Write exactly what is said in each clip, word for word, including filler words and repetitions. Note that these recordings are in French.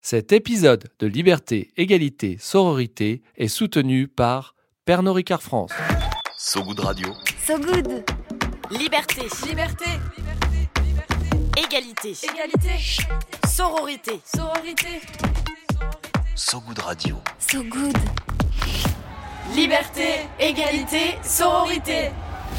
Cet épisode de Liberté, Égalité, Sororité est soutenu par Pernod Ricard France. So Good Radio. So Good. Liberté. Liberté. Égalité. Égalité. Sororité. Sororité. So Good Radio. So Good. Liberté, égalité, sororité.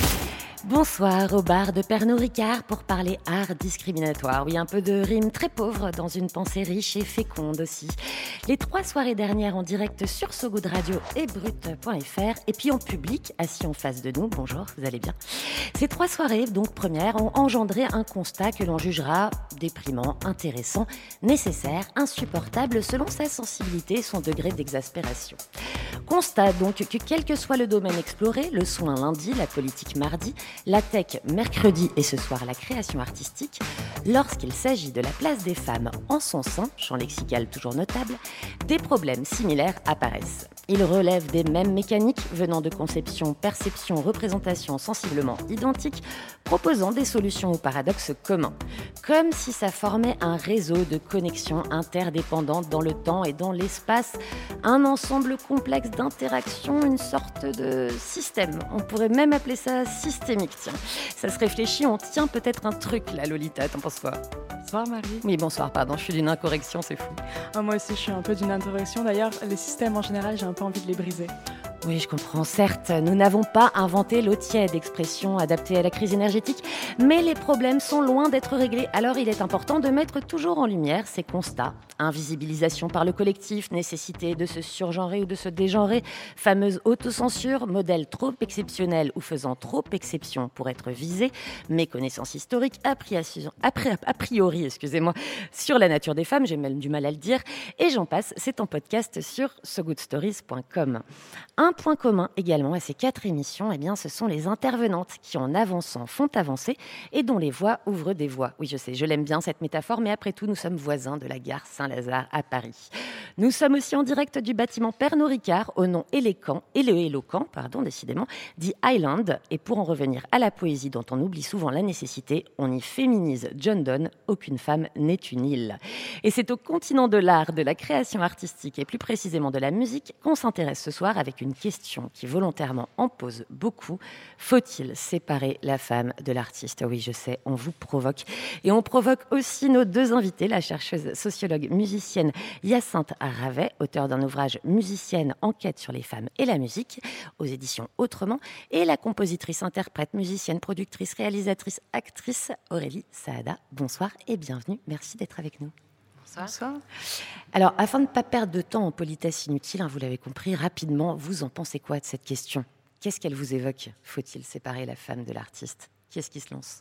Bonsoir au bar de Pernod Ricard pour parler art discriminatoire. Oui, un peu de rime très pauvre dans une pensée riche et féconde aussi. Les trois soirées dernières en direct sur So Good Radio et brut point f r et puis en public, assis en face de nous. Bonjour, vous allez bien. Ces trois soirées, donc premières, ont engendré un constat que l'on jugera déprimant, intéressant, nécessaire, insupportable selon sa sensibilité et son degré d'exaspération. Constat donc que quel que soit le domaine exploré, le soin lundi, la politique mardi, la tech mercredi et ce soir la création artistique, lorsqu'il s'agit de la place des femmes en son sein, champ lexical toujours notable, des problèmes similaires apparaissent. Ils relèvent des mêmes mécaniques venant de conceptions, perceptions, représentations sensiblement identiques, proposant des solutions aux paradoxes communs. Comme si ça formait un réseau de connexions interdépendantes dans le temps et dans l'espace, un ensemble complexe d'interactions, une sorte de système. On pourrait même appeler ça systémique, tiens. Ça se réfléchit, on tient peut-être un truc là, Lolita, t'en penses quoi ? Bonsoir Marie. Oui, bonsoir, pardon, je suis d'une incorrection, c'est fou. Ah, moi aussi, je suis un peu d'une incorrection. D'ailleurs, les systèmes en général, j'ai un peu envie de les briser. Oui, je comprends. Certes, nous n'avons pas inventé l'eau tiède, expression adaptée à la crise énergétique, mais les problèmes sont loin d'être réglés. Alors, il est important de mettre toujours en lumière ces constats. Invisibilisation par le collectif, nécessité de se surgenrer ou de se dégenrer, fameuse autocensure, modèle trop exceptionnel ou faisant trop exception pour être visé, méconnaissance historique, a priori, excusez-moi, sur la nature des femmes, j'ai même du mal à le dire, et j'en passe, c'est en podcast sur so good stories point com. Un point commun également à ces quatre émissions, eh bien, ce sont les intervenantes qui, en avançant, font avancer et dont les voix ouvrent des voies. Oui, je sais, je l'aime bien cette métaphore, mais après tout, nous sommes voisins de la gare Saint-Lazare à Paris. Nous sommes aussi en direct du bâtiment Pernod Ricard, au nom éloquent, éloquent, pardon, décidément, dit Island. Et pour en revenir à la poésie dont on oublie souvent la nécessité, on y féminise John Donne, aucune femme n'est une île. Et c'est au continent de l'art, de la création artistique et plus précisément de la musique qu'on s'intéresse ce soir avec une question qui volontairement en pose beaucoup. Faut-il séparer la femme de l'artiste ? Oui, je sais, on vous provoque. Et on provoque aussi nos deux invités, la chercheuse sociologue musicienne Hyacinthe Ravet, auteure d'un ouvrage Musicienne, enquête sur les femmes et la musique, aux éditions Autrement, et la compositrice, interprète, musicienne, productrice, réalisatrice, actrice Aurélie Saada. Bonsoir et bienvenue. Merci d'être avec nous. Bonsoir. Alors, afin de ne pas perdre de temps en politesse inutile, hein, vous l'avez compris, rapidement, vous en pensez quoi de cette question ? Qu'est-ce qu'elle vous évoque ? Faut-il séparer la femme de l'artiste ? Qui est-ce qui se lance ?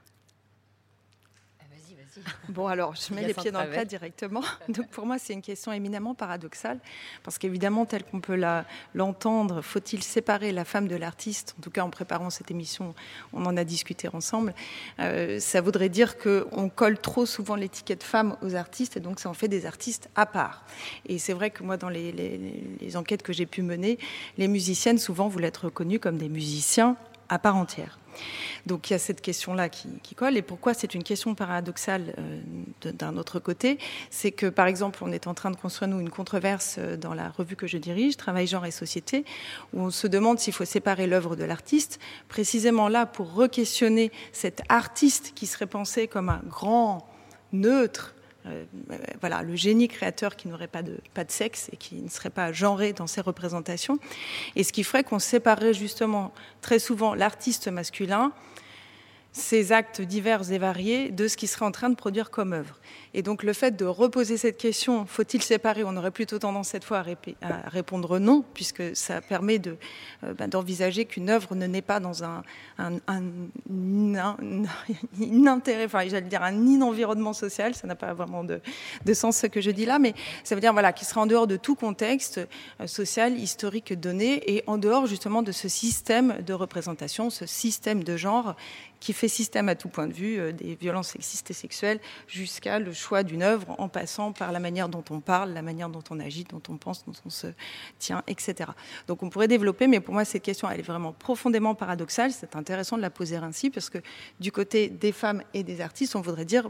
Vas-y, vas-y. Bon, alors, je mets Il y a les pieds dans le Saint-Travers. plat directement. Donc, pour moi, c'est une question éminemment paradoxale. Parce qu'évidemment, tel qu'on peut la, l'entendre, faut-il séparer la femme de l'artiste ? En tout cas, en préparant cette émission, on en a discuté ensemble. Euh, ça voudrait dire qu'on colle trop souvent l'étiquette femme aux artistes, et donc ça en fait des artistes à part. Et c'est vrai que moi, dans les, les, les enquêtes que j'ai pu mener, les musiciennes, souvent, voulaient être reconnues comme des musiciens à part entière. Donc il y a cette question-là qui, qui colle. Et pourquoi c'est une question paradoxale euh, de, d'un autre côté ? C'est que, par exemple, on est en train de construire, nous, une controverse dans la revue que je dirige, Travail, genre et société, où on se demande s'il faut séparer l'œuvre de l'artiste, précisément là pour re-questionner cet artiste qui serait pensé comme un grand neutre, Euh, voilà, le génie créateur qui n'aurait pas de, pas de sexe et qui ne serait pas genré dans ses représentations. Et ce qui ferait qu'on séparerait justement très souvent l'artiste masculin, ses actes divers et variés, de ce qu'il serait en train de produire comme œuvre. Et donc le fait de reposer cette question, faut-il séparer ? On aurait plutôt tendance cette fois à, répé- à répondre non, puisque ça permet de, euh, ben, d'envisager qu'une œuvre ne naît pas dans un, un, un, un, un intérêt, enfin j'allais dire un in-environnement social, ça n'a pas vraiment de, de sens ce que je dis là, mais ça veut dire voilà, qu'il sera en dehors de tout contexte euh, social, historique donné, et en dehors justement de ce système de représentation, ce système de genre qui fait système à tout point de vue, euh, des violences sexistes et sexuelles, jusqu'à le choix d'une œuvre, en passant par la manière dont on parle, la manière dont on agit, dont on pense, dont on se tient, et cetera. Donc on pourrait développer, mais pour moi cette question, elle est vraiment profondément paradoxale. C'est intéressant de la poser ainsi, parce que du côté des femmes et des artistes, on voudrait dire, ben,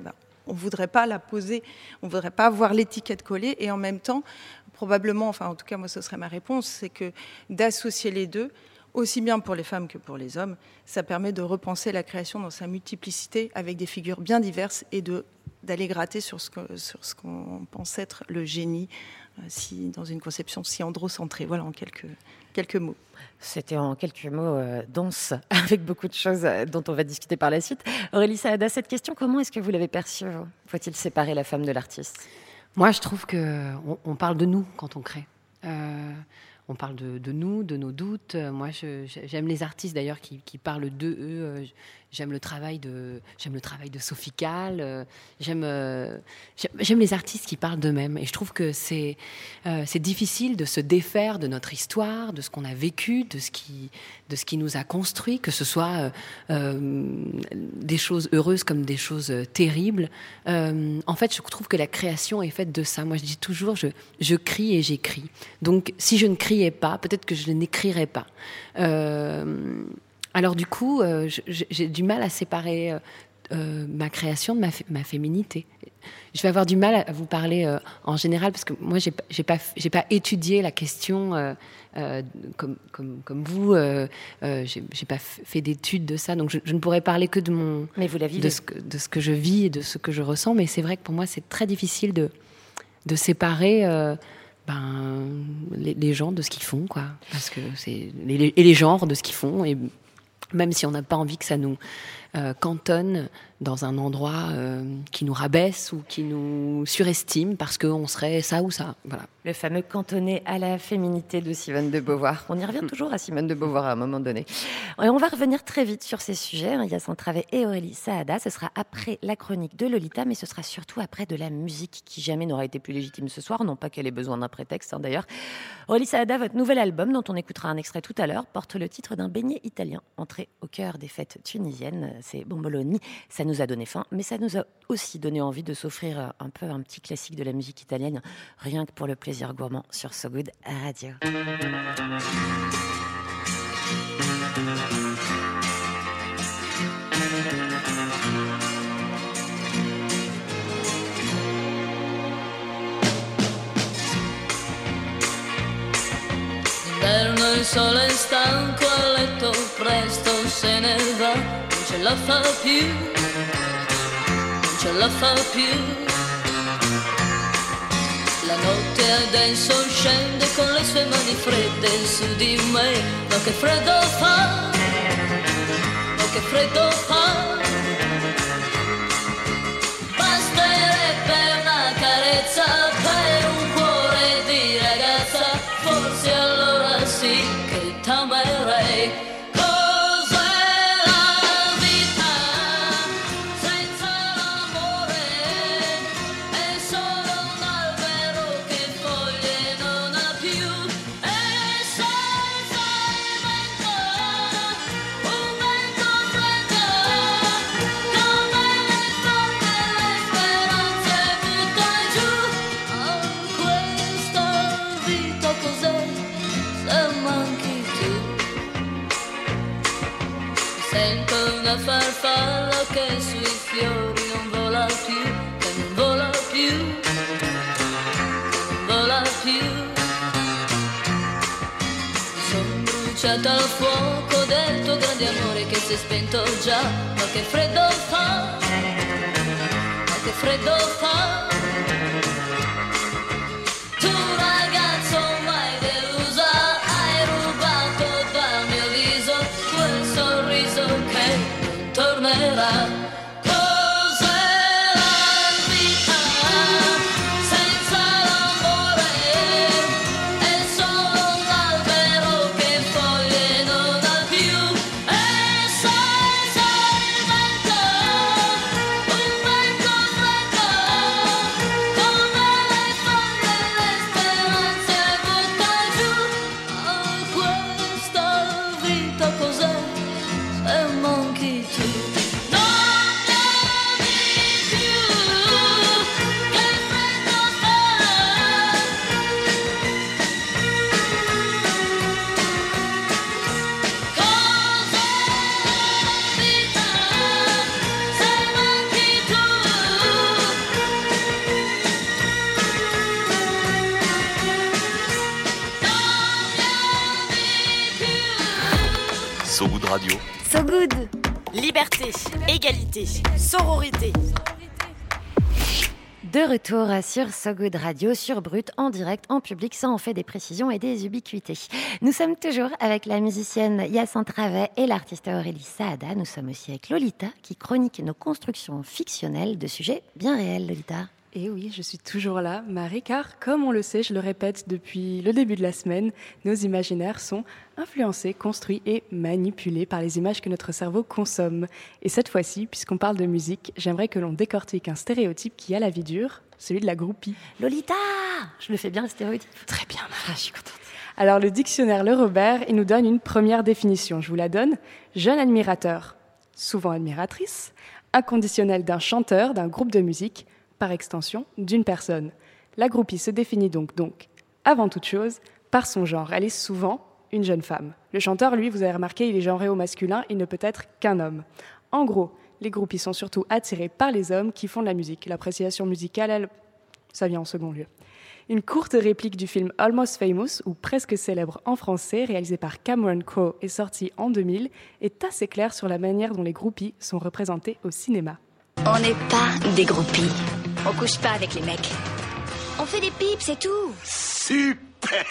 on ne voudrait pas la poser, on ne voudrait pas voir l'étiquette collée, et en même temps, probablement, enfin en tout cas moi ce serait ma réponse, c'est que d'associer les deux, aussi bien pour les femmes que pour les hommes, ça permet de repenser la création dans sa multiplicité avec des figures bien diverses et de, d'aller gratter sur ce, que, sur ce qu'on pense être le génie, euh, si, dans une conception si androcentrée. Voilà, en quelques, quelques mots. C'était en quelques mots euh, dense, avec beaucoup de choses euh, dont on va discuter par la suite. Aurélie Saada, cette question, comment est-ce que vous l'avez perçue, vous ? Faut-il séparer la femme de l'artiste ? Moi, je trouve qu'on on parle de nous quand on crée. Euh, on parle de, de nous, de nos doutes. Moi, je, j'aime les artistes d'ailleurs qui, qui parlent d'eux. Eux. J'aime le travail de, j'aime le travail de Sophie Calle. J'aime, euh, j'aime, j'aime les artistes qui parlent d'eux-mêmes. Et je trouve que c'est, euh, c'est difficile de se défaire de notre histoire, de ce qu'on a vécu, de ce qui, de ce qui nous a construit, que ce soit euh, euh, des choses heureuses comme des choses terribles. Euh, en fait, je trouve que la création est faite de ça. Moi, je dis toujours, je, je crie et j'écris. Donc, si je ne criais pas, peut-être que je n'écrirais pas. Euh, Alors du coup, euh, j'ai du mal à séparer euh, euh, ma création de ma, ma féminité. Je vais avoir du mal à vous parler euh, en général parce que moi, j'ai, j'ai pas, j'ai pas étudié la question euh, euh, comme, comme, comme vous. Euh, euh, j'ai, j'ai pas fait d'études de ça, donc je, je ne pourrais parler que de mon, mais vous la vivez. de ce que, de ce que je vis et de ce que je ressens. Mais c'est vrai que pour moi, c'est très difficile de, de séparer. Euh, ben, les, les gens de ce qu'ils font, quoi. Parce que c'est les, et les genres de ce qu'ils font et même si on n'a pas envie que ça nous euh, cantonne dans un endroit euh, qui nous rabaisse ou qui nous surestime parce qu'on serait ça ou ça. Voilà. Le fameux cantonné à la féminité de Simone de Beauvoir. On y revient toujours à Simone de Beauvoir à un moment donné. Et on va revenir très vite sur ces sujets. Il y a Santravé et Aurélie Saada. Ce sera après la chronique de Lolita, mais ce sera surtout après de la musique qui jamais n'aura été plus légitime ce soir. Non pas qu'elle ait besoin d'un prétexte, hein, d'ailleurs. Aurélie Saada, votre nouvel album, dont on écoutera un extrait tout à l'heure, porte le titre d'un beignet italien entré au cœur des fêtes tunisiennes. C'est Bomboloni. Ça nous a donné faim, mais ça nous a aussi donné envie de s'offrir un peu un petit classique de la musique italienne, rien que pour le plaisir gourmand sur So Good Radio. L'inverno il sole è stanco a letto, presto se ne va, non ce la fa più, non ce la fa più. La notte adesso scende con le sue mani fredde su di me, ma che freddo fa, ma che freddo fa. Basterebbe una carezza per un cuore di ragazza, forse allora sì che t'amerei. Una farfalla che sui fiori non vola più, che non vola più, che non vola più. Sono bruciata al fuoco del tuo grande amore che si è spento già, ma che freddo fa, ma che freddo fa. Tu ragazzo mai delusa, hai rubato dal mio viso quel sorriso che tornerà. Cos'è la vita senza l'amore? È solo un albero che foglie non ha più. E senza il vento, un vento freddo, So Good Radio. So Good. Liberté, égalité, sororité. De retour sur So Good Radio, sur Brut, en direct, en public, ça en fait des précisions et des ubiquités. Nous sommes toujours avec la musicienne Hyacinthe Ravet et l'artiste Aurélie Saada. Nous sommes aussi avec Lolita, qui chronique nos constructions fictionnelles de sujets bien réels, Lolita. Et oui, je suis toujours là, Marie, car comme on le sait, je le répète depuis le début de la semaine, nos imaginaires sont influencés, construits et manipulés par les images que notre cerveau consomme. Et cette fois-ci, puisqu'on parle de musique, j'aimerais que l'on décortique un stéréotype qui a la vie dure, celui de la groupie. Lolita, je le fais bien le stéréotype. Très bien, Marie. Ah, je suis contente. Alors le dictionnaire Le Robert, il nous donne une première définition, je vous la donne. Jeune admirateur, souvent admiratrice, inconditionnel d'un chanteur, d'un groupe de musique, par extension, d'une personne. La groupie se définit donc, donc, avant toute chose, par son genre. Elle est souvent une jeune femme. Le chanteur, lui, vous avez remarqué, il est genré au masculin, il ne peut être qu'un homme. En gros, les groupies sont surtout attirées par les hommes qui font de la musique. L'appréciation musicale, elle, ça vient en second lieu. Une courte réplique du film Almost Famous, ou presque célèbre en français, réalisé par Cameron Crowe et sorti en deux mille, est assez claire sur la manière dont les groupies sont représentées au cinéma. On n'est pas des groupies. On couche pas avec les mecs. On fait des pipes, c'est tout. Super!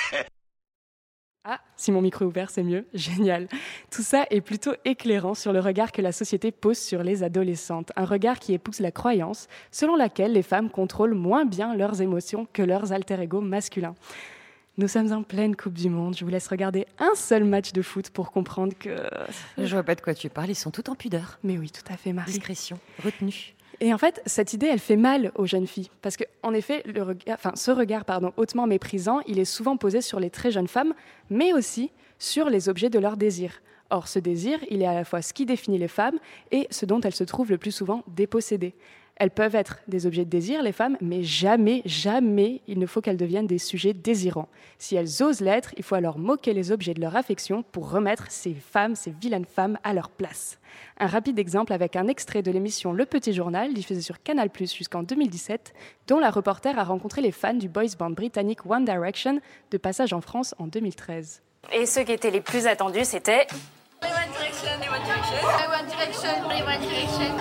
Ah, si mon micro est ouvert, c'est mieux. Génial. Tout ça est plutôt éclairant sur le regard que la société pose sur les adolescentes. Un regard qui épouse la croyance selon laquelle les femmes contrôlent moins bien leurs émotions que leurs alter-ego masculins. Nous sommes en pleine Coupe du Monde. Je vous laisse regarder un seul match de foot pour comprendre que... Je vois pas de quoi tu parles, ils sont tout en pudeur. Mais oui, tout à fait, Marie. Discrétion, retenue. Et en fait, cette idée, elle fait mal aux jeunes filles. Parce qu'en effet, le regard, enfin, ce regard pardon, hautement méprisant, il est souvent posé sur les très jeunes femmes, mais aussi sur les objets de leur désir. Or, ce désir, il est à la fois ce qui définit les femmes et ce dont elles se trouvent le plus souvent dépossédées. Elles peuvent être des objets de désir, les femmes, mais jamais, jamais, il ne faut qu'elles deviennent des sujets désirants. Si elles osent l'être, il faut alors moquer les objets de leur affection pour remettre ces femmes, ces vilaines femmes, à leur place. Un rapide exemple avec un extrait de l'émission Le Petit Journal, diffusée sur Canal plus, jusqu'en deux mille dix-sept, dont la reporter a rencontré les fans du boys band britannique One Direction, de passage en France en deux mille treize. Et ceux qui étaient les plus attendus, c'était... One Direction, One Direction, One Direction, One Direction,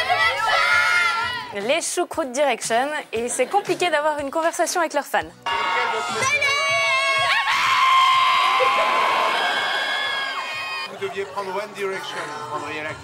les Choucroute Direction, et c'est compliqué d'avoir une conversation avec leurs fans. Vous deviez prendre One Direction, vous prendriez laquelle ?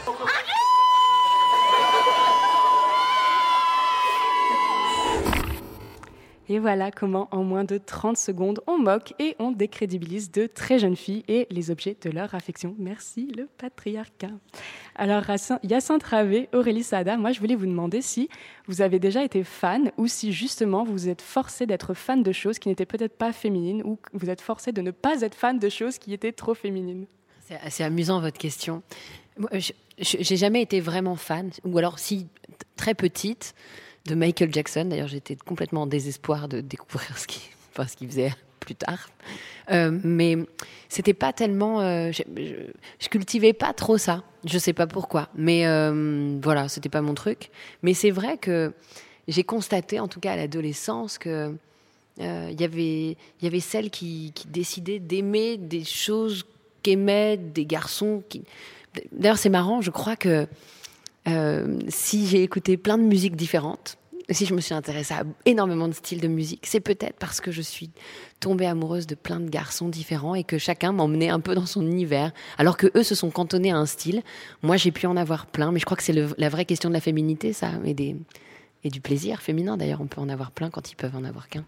Et voilà comment, en moins de trente secondes, on moque et on décrédibilise de très jeunes filles et les objets de leur affection. Merci, le patriarcat. Alors, Hyacinthe Ravet, Aurélie Saada, moi, je voulais vous demander si vous avez déjà été fan ou si, justement, vous êtes forcé d'être fan de choses qui n'étaient peut-être pas féminines ou vous êtes forcé de ne pas être fan de choses qui étaient trop féminines. C'est assez amusant, votre question. Moi, je n'ai jamais été vraiment fan, ou alors si, très petite, de Michael Jackson. D'ailleurs, j'étais complètement en désespoir de découvrir ce qu'il, enfin, ce qu'il faisait plus tard. Euh, mais c'était pas tellement... Euh, je, je, je cultivais pas trop ça. Je sais pas pourquoi. Mais euh, voilà, c'était pas mon truc. Mais c'est vrai que j'ai constaté, en tout cas à l'adolescence, que euh, y avait, y avait celles qui, qui décidaient d'aimer des choses qu'aimaient des garçons. Qui... D'ailleurs, c'est marrant, je crois que Euh, si j'ai écouté plein de musiques différentes, si je me suis intéressée à énormément de styles de musique, c'est peut-être parce que je suis tombée amoureuse de plein de garçons différents et que chacun m'emmenait un peu dans son univers, alors que eux se sont cantonnés à un style. Moi, j'ai pu en avoir plein, mais je crois que c'est le, la vraie question de la féminité, ça, et, des, et du plaisir féminin. D'ailleurs, on peut en avoir plein quand ils peuvent en avoir qu'un.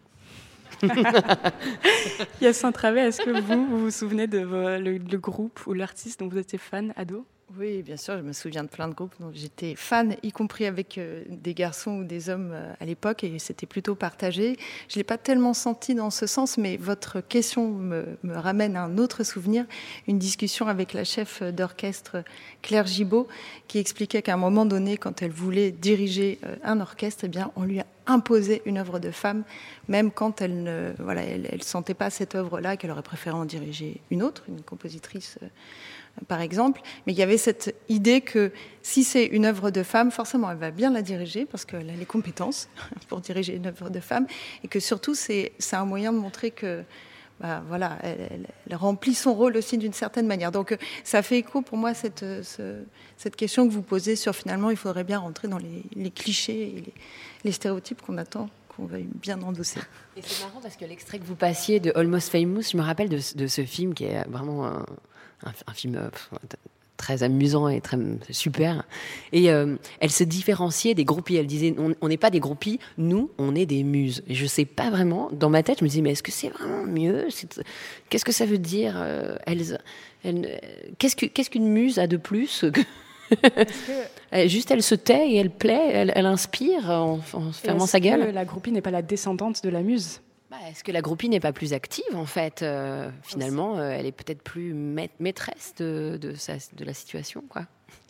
Hyacinthe Ravet, est-ce que vous, vous vous souvenez de vos, le, le groupe ou l'artiste dont vous étiez fan, ado ? Oui, bien sûr, je me souviens de plein de groupes dont j'étais fan, y compris avec euh, des garçons ou des hommes euh, à l'époque, et c'était plutôt partagé. Je ne l'ai pas tellement senti dans ce sens, mais votre question me, me ramène à un autre souvenir, une discussion avec la chef d'orchestre Claire Gibault, qui expliquait qu'à un moment donné, quand elle voulait diriger euh, un orchestre, eh bien, on lui a imposé une œuvre de femme, même quand elle ne voilà, elle, elle sentait pas cette œuvre-là, qu'elle aurait préféré en diriger une autre, une compositrice euh, par exemple, mais il y avait cette idée que si c'est une œuvre de femme, forcément elle va bien la diriger parce qu'elle a les compétences pour diriger une œuvre de femme, et que surtout c'est, c'est un moyen de montrer que bah, voilà, elle, elle, elle remplit son rôle aussi d'une certaine manière. Donc ça fait écho pour moi cette, ce, cette question que vous posez sur finalement il faudrait bien rentrer dans les, les clichés et les, les stéréotypes qu'on attend, qu'on va bien endosser. Et c'est marrant parce que l'extrait que vous passiez de Almost Famous, je me rappelle de, de ce film qui est vraiment un, un, un film euh, très amusant et très super. Et euh, elle se différenciait des groupies. Elle disait, on n'est pas des groupies, nous, on est des muses. Et je sais pas vraiment, dans ma tête, je me disais, mais est-ce que c'est vraiment mieux? c'est... Qu'est-ce que ça veut dire euh, elles, elles, qu'est-ce, que, qu'est-ce qu'une muse a de plus que... que... Juste, elle se tait et elle plaît, elle, elle inspire en, en fermant sa gueule. Est-ce que la groupie n'est pas la descendante de la muse? Bah, est-ce que la groupie n'est pas plus active, en fait euh, Finalement, euh, elle est peut-être plus maîtresse de, de, sa, de la situation, quoi.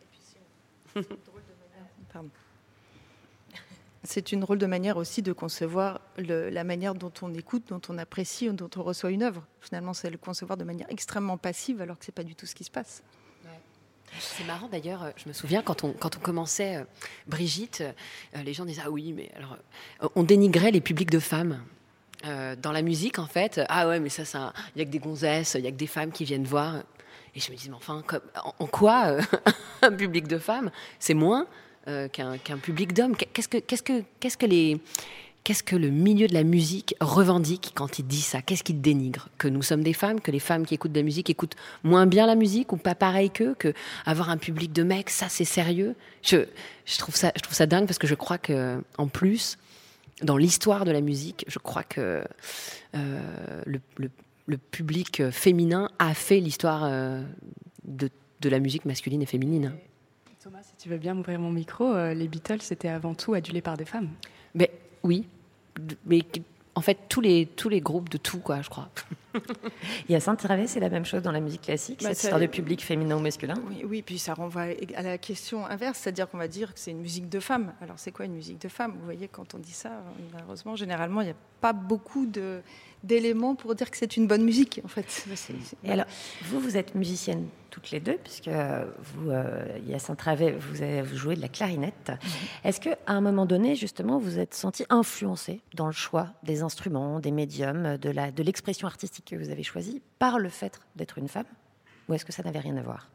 Pardon. C'est une drôle de manière aussi de concevoir le, la manière dont on écoute, dont on apprécie, dont on reçoit une œuvre. Finalement, c'est le concevoir de manière extrêmement passive, alors que c'est pas du tout ce qui se passe. C'est marrant d'ailleurs, je me souviens quand on, quand on commençait euh, Brigitte, euh, les gens disaient « Ah oui, mais alors, euh, on dénigrait les publics de femmes. Euh, dans la musique, en fait, ah ouais, mais ça, ça, il n'y a que des gonzesses, il n'y a que des femmes qui viennent voir. » Et je me disais « Mais enfin, comme, en, en quoi euh, un public de femmes, c'est moins euh, qu'un, qu'un public d'hommes? Qu'est-ce que, qu'est-ce que, qu'est-ce que les... Qu'est-ce que le milieu de la musique revendique quand il dit ça? Qu'est-ce qu'il dénigre? Que nous sommes des femmes, que les femmes qui écoutent de la musique écoutent moins bien la musique ou pas pareil qu'eux, que avoir un public de mecs, ça c'est sérieux. Je, je trouve ça, je trouve ça dingue parce que je crois que, en plus, dans l'histoire de la musique, je crois que euh, le, le, le public féminin a fait l'histoire euh, de, de la musique masculine et féminine. Thomas, si tu veux bien m'ouvrir mon micro, euh, les Beatles c'était avant tout adulés par des femmes. Mais oui, mais en fait, tous les, tous les groupes de tout, quoi, je crois. Hyacinthe Travet, c'est la même chose dans la musique classique, bah, cette ça, histoire de public féminin ou masculin? Oui, oui, puis ça renvoie à la question inverse, c'est-à-dire qu'on va dire que c'est une musique de femmes. Alors, c'est quoi une musique de femmes? Vous voyez, quand on dit ça, malheureusement, généralement, il n'y a pas beaucoup de, d'éléments pour dire que c'est une bonne musique, en fait. C'est, c'est, Et alors, vous, vous êtes musicienne toutes les deux, puisque vous, euh, Hyacinthe Travet, vous, avez, vous jouez de la clarinette. Mm-hmm. Est-ce qu'à un moment donné, justement, vous êtes sentie influencée dans le choix des instruments, des médiums, de, la, de l'expression artistique que vous avez choisie par le fait d'être une femme? Ou est-ce que ça n'avait rien à voir?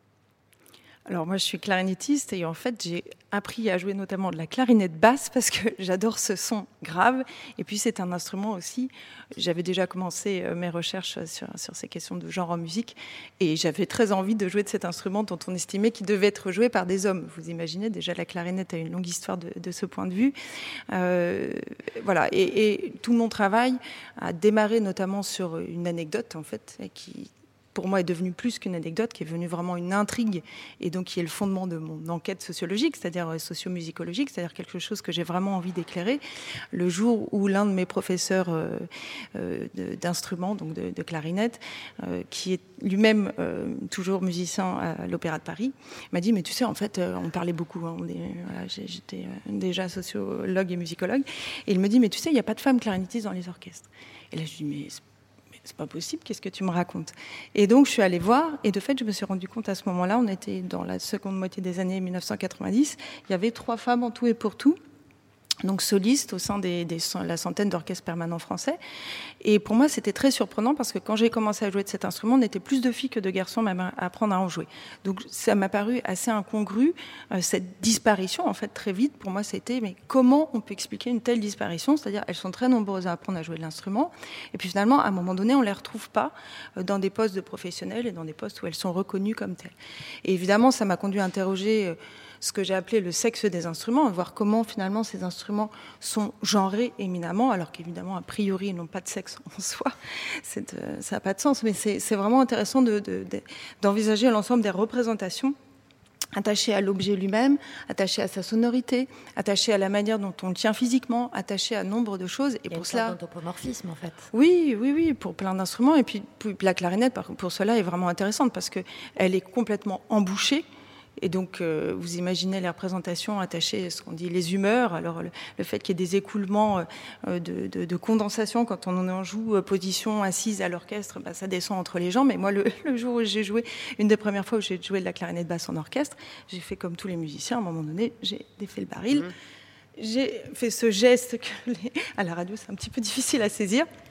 Alors moi, je suis clarinettiste et en fait, j'ai appris à jouer notamment de la clarinette basse parce que j'adore ce son grave. Et puis, c'est un instrument aussi. J'avais déjà commencé mes recherches sur, sur ces questions de genre en musique et j'avais très envie de jouer de cet instrument dont on estimait qu'il devait être joué par des hommes. Vous imaginez, déjà, la clarinette a une longue histoire de, de ce point de vue. Euh, voilà. Et, et tout mon travail a démarré notamment sur une anecdote, en fait, qui... pour moi, est devenue plus qu'une anecdote, qui est devenue vraiment une intrigue, et donc qui est le fondement de mon enquête sociologique, c'est-à-dire socio-musicologique, c'est-à-dire quelque chose que j'ai vraiment envie d'éclairer. Le jour où l'un de mes professeurs euh, euh, d'instruments, donc de, de clarinette, euh, qui est lui-même euh, toujours musicien à l'Opéra de Paris, m'a dit, mais tu sais, en fait, euh, on parlait beaucoup, hein, on est, voilà, j'étais déjà sociologue et musicologue, et il me dit, mais tu sais, il n'y a pas de femmes clarinettistes dans les orchestres. Et là, je dis, mais c'est pas possible, qu'est-ce que tu me racontes? Et donc, je suis allée voir, et de fait, je me suis rendu compte à ce moment-là, on était dans la seconde moitié des années mille neuf cent quatre-vingt-dix, il y avait trois femmes en tout et pour tout, donc solistes au sein de la centaine d'orchestres permanents français. Et pour moi, c'était très surprenant parce que quand j'ai commencé à jouer de cet instrument, on était plus de filles que de garçons même à apprendre à en jouer. Donc ça m'a paru assez incongru, euh, cette disparition, en fait, très vite. Pour moi, c'était, mais comment on peut expliquer une telle disparition? C'est-à-dire, elles sont très nombreuses à apprendre à jouer de l'instrument. Et puis finalement, à un moment donné, on ne les retrouve pas dans des postes de professionnels et dans des postes où elles sont reconnues comme telles. Et évidemment, ça m'a conduit à interroger... Euh, ce que j'ai appelé le sexe des instruments, voir comment finalement ces instruments sont genrés éminemment, alors qu'évidemment, a priori, ils n'ont pas de sexe en soi. C'est, euh, ça n'a pas de sens, mais c'est, c'est vraiment intéressant de, de, de, d'envisager l'ensemble des représentations attachées à l'objet lui-même, attachées à sa sonorité, attachées à la manière dont on le tient physiquement, attachées à nombre de choses. Et Il y a pour une cela, sorte d'anthropomorphisme, en fait. Oui, oui, oui, pour plein d'instruments. Et puis, puis la clarinette, pour, pour cela, est vraiment intéressante parce qu'elle est complètement embouchée. Et donc, euh, vous imaginez les représentations attachées à ce qu'on dit les humeurs. Alors, le, le fait qu'il y ait des écoulements euh, de, de, de condensation quand on en joue euh, position assise à l'orchestre, bah, ça descend entre les jambes. Mais moi, le, le jour où j'ai joué, une des premières fois où j'ai joué de la clarinette basse en orchestre, j'ai fait comme tous les musiciens. À un moment donné, j'ai défait le baril. Mmh. J'ai fait ce geste que les, à la radio, c'est un petit peu difficile à saisir.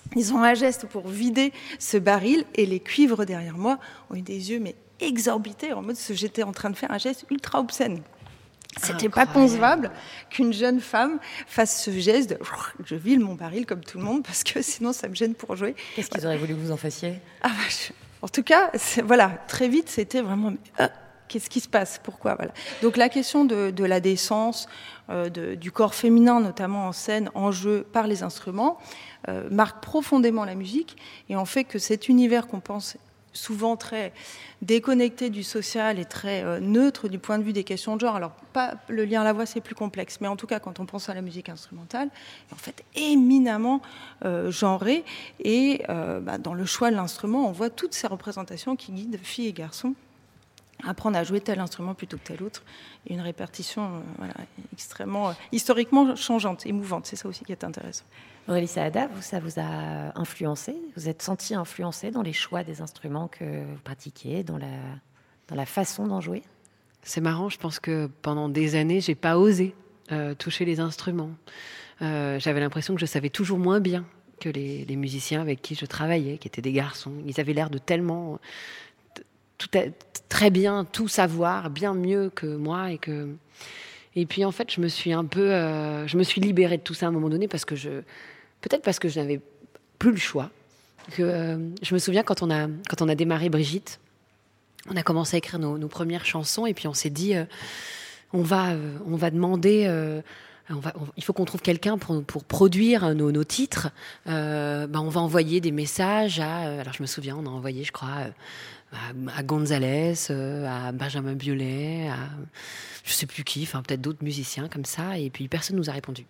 Ils ont un geste pour vider ce baril et les cuivres derrière moi ont eu des yeux mais exorbités en mode que j'étais en train de faire un geste ultra obscène. C'était pas concevable qu'une jeune femme fasse ce geste de je vide mon baril comme tout le monde parce que sinon ça me gêne pour jouer. Qu'est-ce qu'ils auraient voulu que vous en fassiez? Ah bah, je... En tout cas, voilà, très vite c'était vraiment euh, qu'est-ce qui se passe? Pourquoi? Voilà. Donc la question de, de la décence, euh, de, du corps féminin notamment en scène, en jeu par les instruments, euh, marque profondément la musique et en fait que cet univers qu'on pense souvent très déconnecté du social et très euh, neutre du point de vue des questions de genre. Alors, pas le lien à la voix, c'est plus complexe, mais en tout cas, quand on pense à la musique instrumentale, en fait, éminemment euh, genrée. Et euh, bah, dans le choix de l'instrument, on voit toutes ces représentations qui guident filles et garçons à apprendre à jouer tel instrument plutôt que tel autre. Et une répartition euh, voilà, extrêmement, euh, historiquement changeante, émouvante. C'est ça aussi qui est intéressant. Aurélie Saada, vous, ça vous a influencé? Vous êtes senti influencé dans les choix des instruments que vous pratiquez, dans la, dans la façon d'en jouer? C'est marrant, je pense que pendant des années, j'ai pas osé euh, toucher les instruments. Euh, j'avais l'impression que je savais toujours moins bien que les, les musiciens avec qui je travaillais, qui étaient des garçons. Ils avaient l'air de tellement... Tout à, très bien, tout savoir, bien mieux que moi. Et, que... et puis, en fait, je me suis un peu... Euh, je me suis libérée de tout ça à un moment donné parce que je... Peut-être parce que je n'avais plus le choix. Que, euh, je me souviens quand on a, quand on a démarré Brigitte, on a commencé à écrire nos, nos premières chansons et puis on s'est dit, euh, on, va, euh, on va demander, euh, on va, on, il faut qu'on trouve quelqu'un pour, pour produire nos, nos titres. Euh, ben on va envoyer des messages à, alors je me souviens, on a envoyé, je crois, à, à Gonzalez, à Benjamin Biolay, à je sais plus qui, enfin peut-être d'autres musiciens comme ça, et puis personne nous a répondu.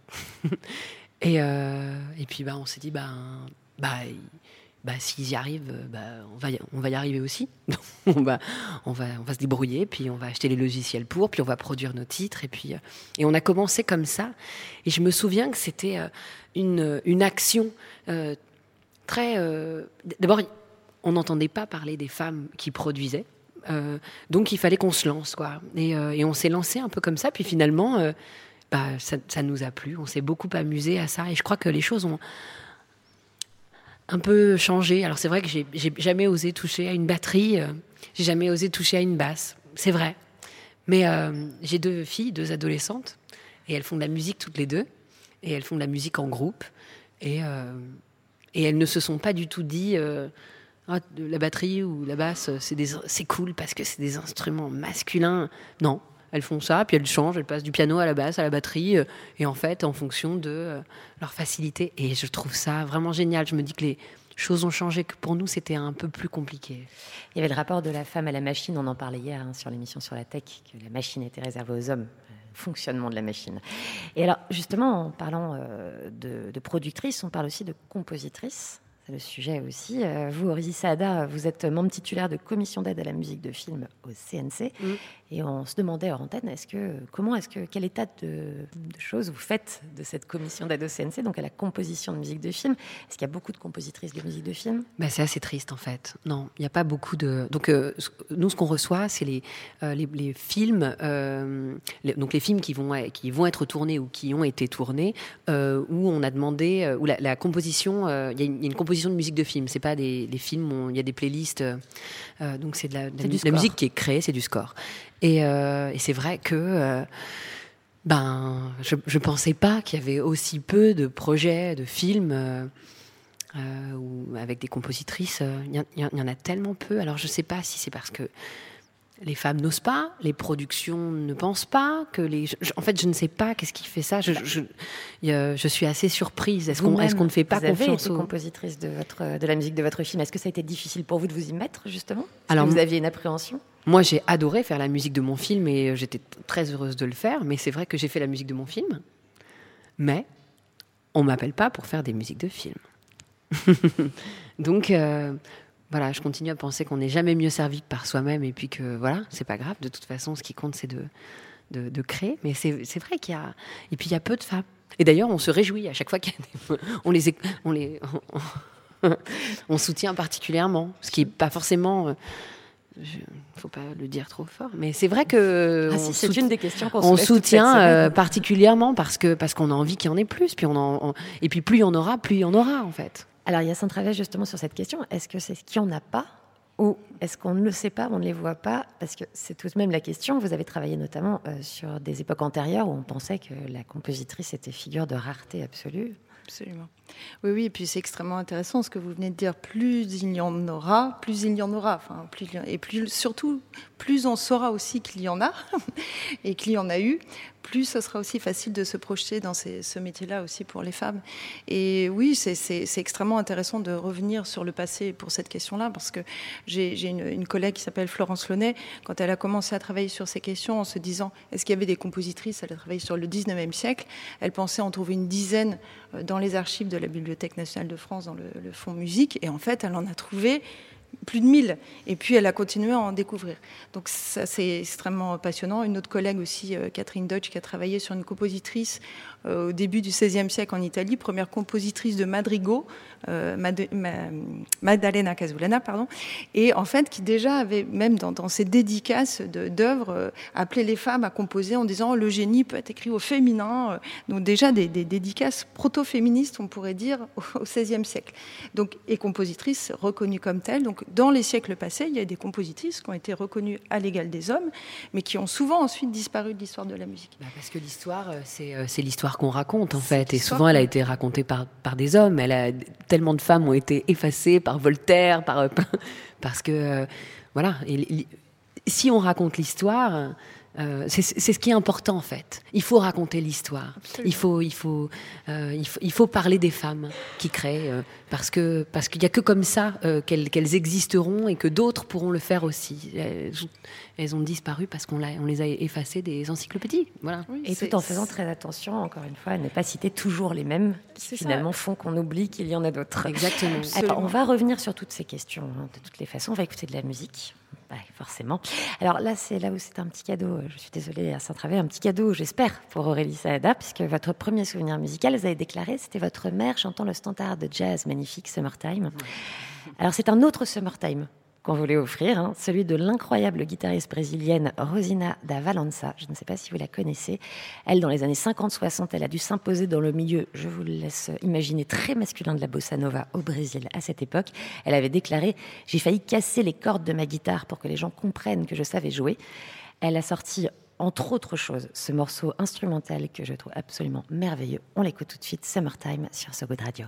Et, euh, et puis bah, on s'est dit, bah, bah, bah, s'ils y arrivent, bah, on, va y, on va y arriver aussi. on, va, on, va, on va se débrouiller, puis on va acheter les logiciels pour, puis on va produire nos titres. Et, puis, euh, et on a commencé comme ça. Et je me souviens que c'était euh, une, une action euh, très... Euh, d'abord, on n'entendait pas parler des femmes qui produisaient. Euh, donc il fallait qu'on se lance, quoi. Et, euh, et on s'est lancé un peu comme ça. Puis finalement... Euh, Bah, ça, ça nous a plu, on s'est beaucoup amusé à ça et je crois que les choses ont un peu changé. Alors c'est vrai que j'ai, j'ai jamais osé toucher à une batterie, euh, j'ai jamais osé toucher à une basse, c'est vrai. Mais euh, j'ai deux filles, deux adolescentes et elles font de la musique toutes les deux et elles font de la musique en groupe et, euh, et elles ne se sont pas du tout dit euh, ah, la batterie ou la basse c'est, des, c'est cool parce que c'est des instruments masculins. Non. Elles font ça, puis elles changent, elles passent du piano à la basse, à la batterie, euh, et en fait, en fonction de euh, leur facilité. Et je trouve ça vraiment génial. Je me dis que les choses ont changé, que pour nous, c'était un peu plus compliqué. Il y avait le rapport de la femme à la machine, on en parlait hier hein, sur l'émission sur la tech, que la machine était réservée aux hommes, le fonctionnement de la machine. Et alors, justement, en parlant euh, de, de productrice, on parle aussi de compositrice. C'est le sujet aussi. Euh, vous, Aurélie Saada, vous êtes membre titulaire de commission d'aide à la musique de film au C N C. Mmh. Et on se demandait hors antenne, est-ce que, comment est-ce que, quel état de, de choses vous faites de cette commission d'aide au C N C, donc à la composition de musique de film? Est-ce qu'il y a beaucoup de compositrices de musique de film? Bah, c'est assez triste, en fait. Non, il n'y a pas beaucoup de... Donc, euh, nous, ce qu'on reçoit, c'est les, euh, les, les films, euh, les, donc les films qui vont, qui vont être tournés ou qui ont été tournés, euh, où on a demandé... Euh, où la, la composition... Il euh, y, y a une composition de musique de film, c'est pas des, des films où il y a des playlists, euh, donc c'est de la, de la, la musique qui est créée, c'est du score. Et, euh, et c'est vrai que euh, ben, je, je pensais pas qu'il y avait aussi peu de projets, de films euh, euh, où, avec des compositrices. Il y, y, y en a tellement peu. Alors je sais pas si c'est parce que les femmes n'osent pas, les productions ne pensent pas, que les... Je, en fait, je ne sais pas qu'est-ce qui fait ça. Je, je, je, je suis assez surprise. Est-ce qu'on, est-ce qu'on ne fait pas vous confiance avez été aux... compositrice de, votre, de la musique de votre film. Est-ce que ça a été difficile pour vous de vous y mettre, justement? Est-ce Alors, que vous aviez une appréhension? Moi, j'ai adoré faire la musique de mon film et j'étais très heureuse de le faire. Mais c'est vrai que j'ai fait la musique de mon film. Mais on ne m'appelle pas pour faire des musiques de film. Donc... Euh, Voilà, je continue à penser qu'on n'est jamais mieux servi que par soi-même et puis que voilà, c'est pas grave. De toute façon, ce qui compte, c'est de, de, de créer. Mais c'est, c'est vrai qu'il y a... Et puis, il y a peu de femmes. Et d'ailleurs, on se réjouit à chaque fois qu'il y a des... On les... On, les... on soutient particulièrement, ce qui n'est pas forcément... Il ne faut pas le dire trop fort, mais c'est vrai que ah, si, c'est sout... une des questions qu'on on soutient euh, particulièrement parce que parce qu'on a envie qu'il y en ait plus, puis on en, on... et puis plus il y en aura, plus il y en aura en fait. Alors, il y a Saint-Travers justement sur cette question. Est-ce que c'est ce qu'il n'y en a pas ou est-ce qu'on ne le sait pas, on ne les voit pas? Parce que c'est tout de même la question. Vous avez travaillé notamment euh, sur des époques antérieures où on pensait que la compositrice était figure de rareté absolue. Absolument. Oui, oui, et puis c'est extrêmement intéressant ce que vous venez de dire. Plus il y en aura, plus il y en aura. Enfin, plus, et plus, surtout, plus on saura aussi qu'il y en a et qu'il y en a eu, plus ce sera aussi facile de se projeter dans ces, ce métier-là aussi pour les femmes. Et oui, c'est, c'est, c'est extrêmement intéressant de revenir sur le passé pour cette question-là, parce que j'ai, j'ai une, une collègue qui s'appelle Florence Launay. Quand elle a commencé à travailler sur ces questions en se disant est-ce qu'il y avait des compositrices, elle a travaillé sur le dix-neuvième siècle, elle pensait en trouver une dizaine dans les archives de la Bibliothèque nationale de France, dans le, le fonds musique, et en fait, elle en a trouvé plus de mille. Et puis, elle a continué à en découvrir. Donc, ça, c'est extrêmement passionnant. Une autre collègue aussi, euh, Catherine Deutsch, qui a travaillé sur une compositrice euh, au début du seizième siècle en Italie, première compositrice de madrigaux, euh, Mad- Ma- Maddalena Casulana, pardon, et en fait, qui déjà avait, même dans, dans ses dédicaces de, d'œuvres, euh, appelé les femmes à composer en disant « le génie peut être écrit au féminin ». Donc, déjà, des, des dédicaces proto-féministes, on pourrait dire, au, au seizième siècle. Donc, et compositrice reconnue comme telle. Donc, dans les siècles passés, il y a des compositrices qui ont été reconnues à l'égal des hommes, mais qui ont souvent ensuite disparu de l'histoire de la musique. Bah parce que l'histoire, c'est, c'est l'histoire qu'on raconte, en fait. Et souvent, elle a été racontée par, par des hommes. Elle a, tellement de femmes ont été effacées par Voltaire, par, parce que, euh, voilà. Et, si on raconte l'histoire... Euh, c'est, c'est ce qui est important en fait. Il faut raconter l'histoire. Il faut, il faut, euh, il faut, il faut parler des femmes qui créent, euh, parce que parce qu'il y a que comme ça euh, qu'elles, qu'elles existeront et que d'autres pourront le faire aussi. Elles, elles ont disparu parce qu'on l'a, on les a effacées des encyclopédies. Voilà. Oui, et tout en faisant très attention, encore une fois, à ne pas citer toujours les mêmes, qui c'est finalement ça. Font qu'on oublie qu'il y en a d'autres. Exactement. Alors, on va revenir sur toutes ces questions. Hein, de toutes les façons, on va écouter de la musique. Ouais, forcément. Alors là, c'est là où c'est un petit cadeau. Je suis désolée à Saint-Travers, un petit cadeau, j'espère, pour Aurélie Saada, puisque votre premier souvenir musical, vous avez déclaré, c'était votre mère chantant le standard de jazz magnifique Summertime. Alors c'est un autre Summertime qu'on voulait offrir, hein, celui de l'incroyable guitariste brésilienne Rosina da Valença. Je ne sais pas si vous la connaissez. Elle, dans les années cinquante soixante, elle a dû s'imposer dans le milieu, je vous le laisse imaginer, très masculin de la bossa nova au Brésil à cette époque. Elle avait déclaré « J'ai failli casser les cordes de ma guitare pour que les gens comprennent que je savais jouer ». Elle a sorti, entre autres choses, ce morceau instrumental que je trouve absolument merveilleux. On l'écoute tout de suite, Summertime, sur So Good Radio.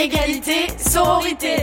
égalité, sororité.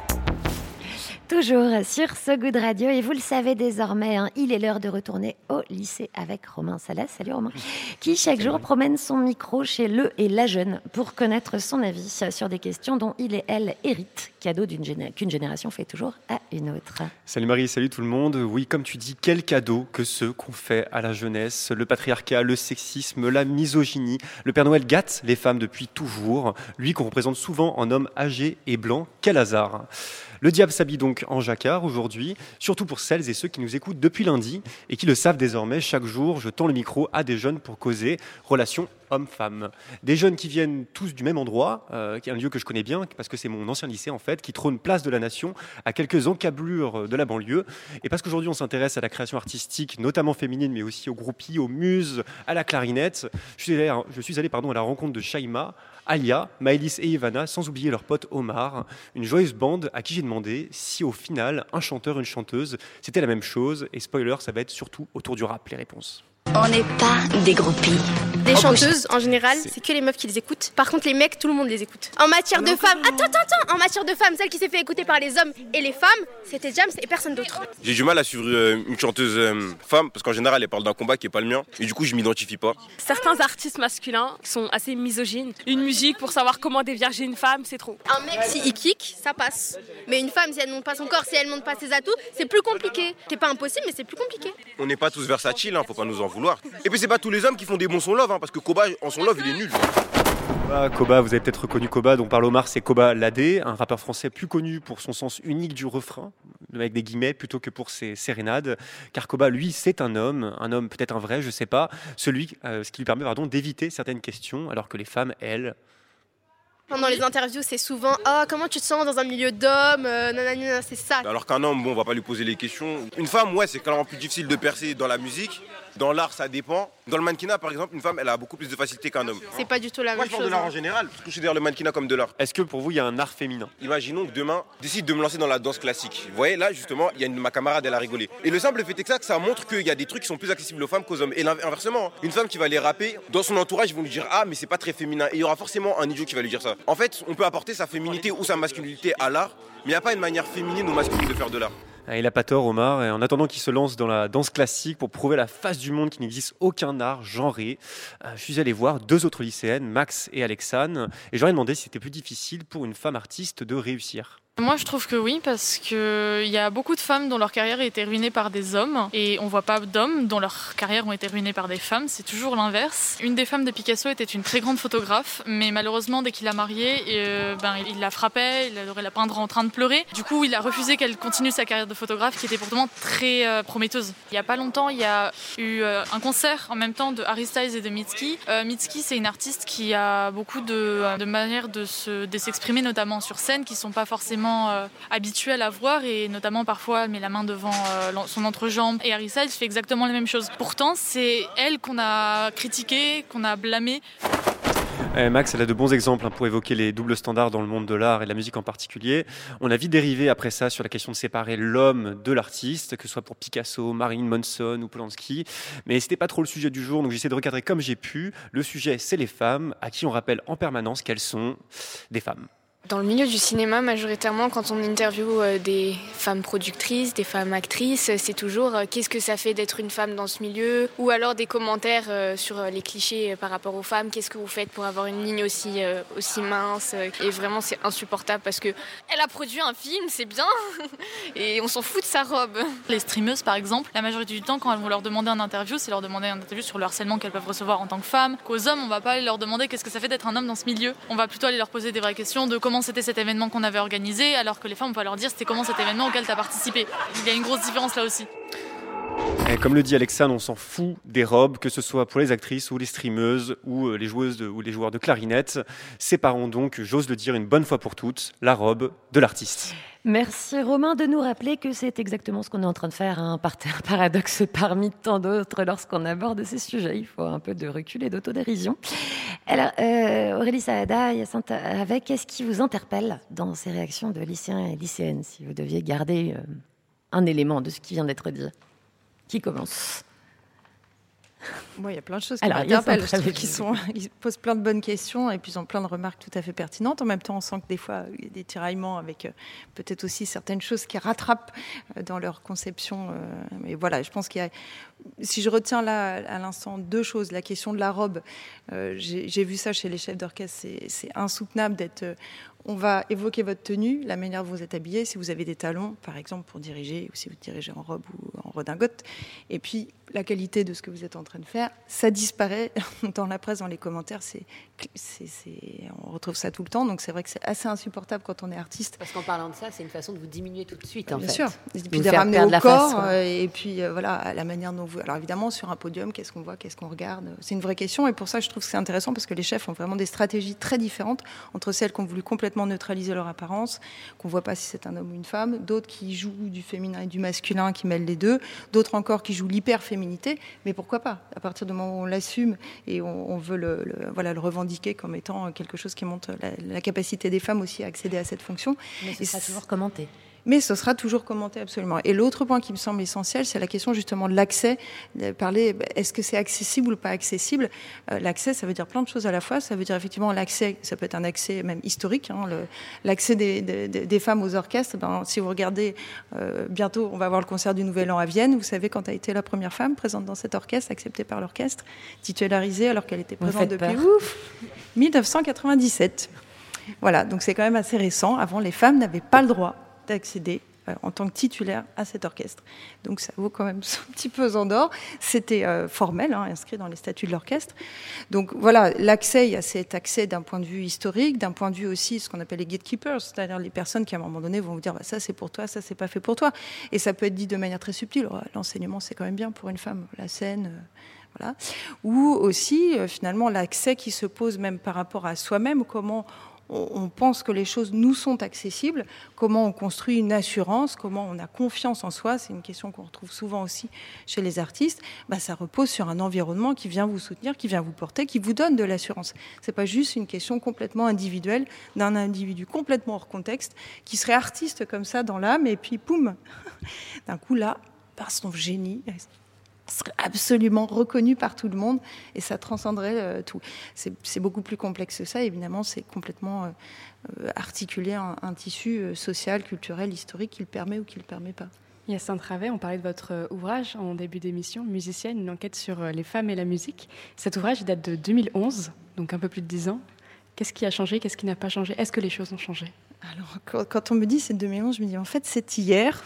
Toujours sur So Good Radio, et vous le savez désormais, hein, il est l'heure de retourner au lycée avec Romain Salas. Salut Romain, qui chaque jour promène son micro chez le et la jeune pour connaître son avis sur des questions dont il et elle héritent, cadeau d'une géné- qu'une génération fait toujours à une autre. Salut Marie, salut tout le monde. Oui, comme tu dis, quel cadeau que ceux qu'on fait à la jeunesse. Le patriarcat, le sexisme, la misogynie. Le Père Noël gâte les femmes depuis toujours. Lui qu'on représente souvent en homme âgé et blanc. Quel hasard. Le diable s'habille donc en jacquard aujourd'hui, surtout pour celles et ceux qui nous écoutent depuis lundi et qui le savent désormais. Chaque jour, je tends le micro à des jeunes pour causer relations hommes-femmes. Des jeunes qui viennent tous du même endroit, euh, qui est un lieu que je connais bien, parce que c'est mon ancien lycée en fait, qui trône place de la Nation, à quelques encablures de la banlieue. Et parce qu'aujourd'hui on s'intéresse à la création artistique, notamment féminine, mais aussi aux groupies, aux muses, à la clarinette, je suis allé, je suis allé pardon, à la rencontre de Shaima, Alia, Maëlys et Ivana, sans oublier leur pote Omar, une joyeuse bande à qui j'ai demandé si au final, un chanteur, une chanteuse, c'était la même chose. Et spoiler, ça va être surtout autour du rap, les réponses. On n'est pas des groupies. Les chanteuses, en général, c'est que les meufs qui les écoutent. Par contre, les mecs, tout le monde les écoute. En matière de femmes, attends, attends, attends, en matière de femmes, celle qui s'est fait écouter par les hommes et les femmes, c'était James et personne d'autre. J'ai du mal à suivre euh, une chanteuse euh, femme, parce qu'en général, elle parle d'un combat qui est pas le mien, et du coup, je m'identifie pas. Certains artistes masculins sont assez misogynes. Une musique pour savoir comment dévierger une femme, c'est trop. Un mec, si il kick, ça passe. Mais une femme, si elle monte pas son corps, si elle monte pas ses atouts, c'est plus compliqué. C'est pas impossible, mais c'est plus compliqué. On n'est pas tous versatiles, hein, faut pas nous en vouloir. Et puis c'est pas tous les hommes qui font des bons son love, hein, parce que Koba en son love il est nul. Koba, Koba, vous avez peut-être reconnu Koba, dont parle Omar, c'est Koba Ladé, un rappeur français plus connu pour son sens unique du refrain, avec des guillemets, plutôt que pour ses sérénades. Car Koba, lui, c'est un homme, un homme peut-être un vrai, je sais pas, celui, euh, ce qui lui permet pardon, d'éviter certaines questions, alors que les femmes, elles... Pendant les interviews, c'est souvent « Ah, oh, comment tu te sens dans un milieu d'hommes euh, ?» Nanana, c'est ça. Alors qu'un homme, bon, on va pas lui poser les questions. Une femme, ouais, c'est clairement plus difficile de percer dans la musique. Dans l'art, ça dépend. Dans le mannequinat, par exemple, une femme, elle a beaucoup plus de facilité qu'un homme. C'est pas du tout la Moi, même je chose. parle de l'art en général, parce que je considère le mannequinat comme de l'art. Est-ce que pour vous, il y a un art féminin ? Imaginons que demain, je décide de me lancer dans la danse classique. Vous voyez, là, justement, il y a une, ma camarade, elle a rigolé. Et le simple fait est que ça, que ça montre qu'il y a des trucs qui sont plus accessibles aux femmes qu'aux hommes. Et inversement, une femme qui va les rapper, dans son entourage, ils vont lui dire « Ah, mais c'est pas très féminin ». Et il y aura forcément un idiot qui va lui dire ça. En fait, on peut apporter sa féminité ou sa masculinité à l'art, mais il n'y a pas une manière féminine ou masculine de faire de l'art. Il n'a pas tort, Omar. Et en attendant qu'il se lance dans la danse classique pour prouver à la face du monde qu'il n'existe aucun art genré, je suis allé voir deux autres lycéennes, Max et Alexane, et j'aurais demandé si c'était plus difficile pour une femme artiste de réussir. Moi, je trouve que oui, parce qu'il y a beaucoup de femmes dont leur carrière a été ruinée par des hommes, et on voit pas d'hommes dont leur carrière ont été ruinées par des femmes, c'est toujours l'inverse. Une des femmes de Picasso était une très grande photographe, mais malheureusement, dès qu'il l'a mariée, euh, ben, il la frappait, il adorait la peindre en train de pleurer. Du coup, il a refusé qu'elle continue sa carrière de photographe, qui était pourtant très euh, prometteuse. Il y a pas longtemps, il y a eu euh, un concert en même temps de Harry Styles et de Mitski. Euh, Mitski, c'est une artiste qui a beaucoup de, de manières de, se, de s'exprimer, notamment sur scène, qui sont pas forcément Euh, habituelle à voir, et notamment parfois elle met la main devant euh, son entrejambe, et Harry Styles fait exactement la même chose. Pourtant c'est elle qu'on a critiquée, qu'on a blâmée. Eh, Max, elle a de bons exemples hein, pour évoquer les doubles standards dans le monde de l'art et de la musique en particulier. On a vite dérivé après ça sur la question de séparer l'homme de l'artiste, que ce soit pour Picasso, Marilyn Manson ou Polanski. Mais c'était pas trop le sujet du jour, donc j'essaie de recadrer comme j'ai pu. Le sujet, c'est les femmes, à qui on rappelle en permanence qu'elles sont des femmes. Dans le milieu du cinéma, majoritairement, quand on interviewe euh, des femmes productrices, des femmes actrices, c'est toujours euh, qu'est-ce que ça fait d'être une femme dans ce milieu, ou alors des commentaires euh, sur euh, les clichés euh, par rapport aux femmes. Qu'est-ce que vous faites pour avoir une ligne aussi, euh, aussi mince euh, Et vraiment, c'est insupportable parce que elle a produit un film, c'est bien, et on s'en fout de sa robe. Les streameuses, par exemple, la majorité du temps, quand elles vont leur demander un interview, c'est leur demander un interview sur le harcèlement qu'elles peuvent recevoir en tant que femmes. Qu'aux hommes, on va pas aller leur demander qu'est-ce que ça fait d'être un homme dans ce milieu. On va plutôt aller leur poser des vraies questions de comment c'était cet événement qu'on avait organisé, alors que les femmes, on va leur dire c'était comment cet événement auquel tu as participé. Il y a une grosse différence là aussi. Et comme le dit Alexane, on s'en fout des robes, que ce soit pour les actrices ou les streameuses ou les joueuses de, ou les joueurs de clarinette. Séparons donc, j'ose le dire une bonne fois pour toutes, la robe de l'artiste. Merci Romain de nous rappeler que c'est exactement ce qu'on est en train de faire, un paradoxe parmi tant d'autres lorsqu'on aborde ces sujets. Il faut un peu de recul et d'autodérision. Alors, euh, Aurélie Saada, Hyacinthe Avec, qu'est-ce qui vous interpelle dans ces réactions de lycéens et lycéennes, si vous deviez garder euh, un élément de ce qui vient d'être dit ? Qui commence ? Moi, il y a plein de choses qui Alors, m'interpellent. Je trouve qu'ils sont, ils posent plein de bonnes questions et puis ils ont plein de remarques tout à fait pertinentes. En même temps, on sent que des fois, il y a des tiraillements avec euh, peut-être aussi certaines choses qui rattrapent euh, dans leur conception. Euh, mais voilà, je pense qu'il y a... Si je retiens là, à l'instant, deux choses. La question de la robe, euh, j'ai, j'ai vu ça chez les chefs d'orchestre, c'est, c'est insoutenable d'être... Euh, on va évoquer votre tenue, la manière dont vous êtes habillé, si vous avez des talons, par exemple, pour diriger, ou si vous dirigez en robe ou en redingote. Et puis, la qualité de ce que vous êtes en train de faire, ça disparaît dans la presse, dans les commentaires. C'est, c'est, c'est, on retrouve ça tout le temps. Donc, c'est vrai que c'est assez insupportable quand on est artiste. Parce qu'en parlant de ça, c'est une façon de vous diminuer tout de suite, en Bien fait. sûr. Et puis, vous de ramener au la corps. face, euh, et puis, euh, voilà, la manière dont vous... Alors, évidemment, sur un podium, qu'est-ce qu'on voit, qu'est-ce qu'on regarde ? C'est une vraie question. Et pour ça, je trouve que c'est intéressant parce que les chefs ont vraiment des stratégies très différentes entre celles qui ont voulu complètement neutraliser leur apparence, qu'on ne voit pas si c'est un homme ou une femme, d'autres qui jouent du féminin et du masculin, qui mêlent les deux, d'autres encore qui jouent l'hyper-féminité, mais pourquoi pas ? À partir du moment où on l'assume et on, on veut le, le, voilà, le revendiquer comme étant quelque chose qui montre la, la capacité des femmes aussi à accéder à cette fonction. Mais ce sera toujours commenté. Mais ce sera toujours commenté, absolument. Et l'autre point qui me semble essentiel, c'est la question justement de l'accès. De parler, est-ce que c'est accessible ou pas accessible ? euh, L'accès, ça veut dire plein de choses à la fois. Ça veut dire effectivement l'accès, ça peut être un accès même historique, hein, le, l'accès des, des, des femmes aux orchestres. Ben, si vous regardez, euh, bientôt, on va avoir le concert du Nouvel An à Vienne. Vous savez quand a été la première femme présente dans cet orchestre, acceptée par l'orchestre, titularisée alors qu'elle était présente depuis ouf, dix-neuf cent quatre-vingt-dix-sept. Voilà, donc c'est quand même assez récent. Avant, les femmes n'avaient pas le droit d'accéder euh, en tant que titulaire à cet orchestre. Donc ça vaut quand même un petit peu en d'or. C'était euh, formel, hein, inscrit dans les statuts de l'orchestre. Donc voilà, l'accès, il y a cet accès d'un point de vue historique, d'un point de vue aussi ce qu'on appelle les gatekeepers, c'est-à-dire les personnes qui à un moment donné vont vous dire bah, ça c'est pour toi, ça c'est pas fait pour toi. Et ça peut être dit de manière très subtile. Oh, l'enseignement c'est quand même bien pour une femme, la scène... Euh, voilà. Ou aussi euh, finalement l'accès qui se pose même par rapport à soi-même, comment on pense que les choses nous sont accessibles, comment on construit une assurance, comment on a confiance en soi, c'est une question qu'on retrouve souvent aussi chez les artistes, bah, ça repose sur un environnement qui vient vous soutenir, qui vient vous porter, qui vous donne de l'assurance. C'est pas juste une question complètement individuelle d'un individu complètement hors contexte, qui serait artiste comme ça dans l'âme, et puis poum, d'un coup là, par son génie, serait absolument reconnu par tout le monde et ça transcenderait euh, tout. C'est, c'est beaucoup plus complexe que ça. Évidemment, c'est complètement euh, articulé un, un tissu euh, social, culturel, historique qui le permet ou qui le permet pas. Hyacinthe Ravet, on parlait de votre ouvrage en début d'émission, Musicienne, une enquête sur les femmes et la musique. Cet ouvrage il date de deux mille onze, donc un peu plus de dix ans. Qu'est-ce qui a changé ? Qu'est-ce qui n'a pas changé ? Est-ce que les choses ont changé ? Alors, quand, quand on me dit c'est deux mille onze, je me dis en fait c'est hier.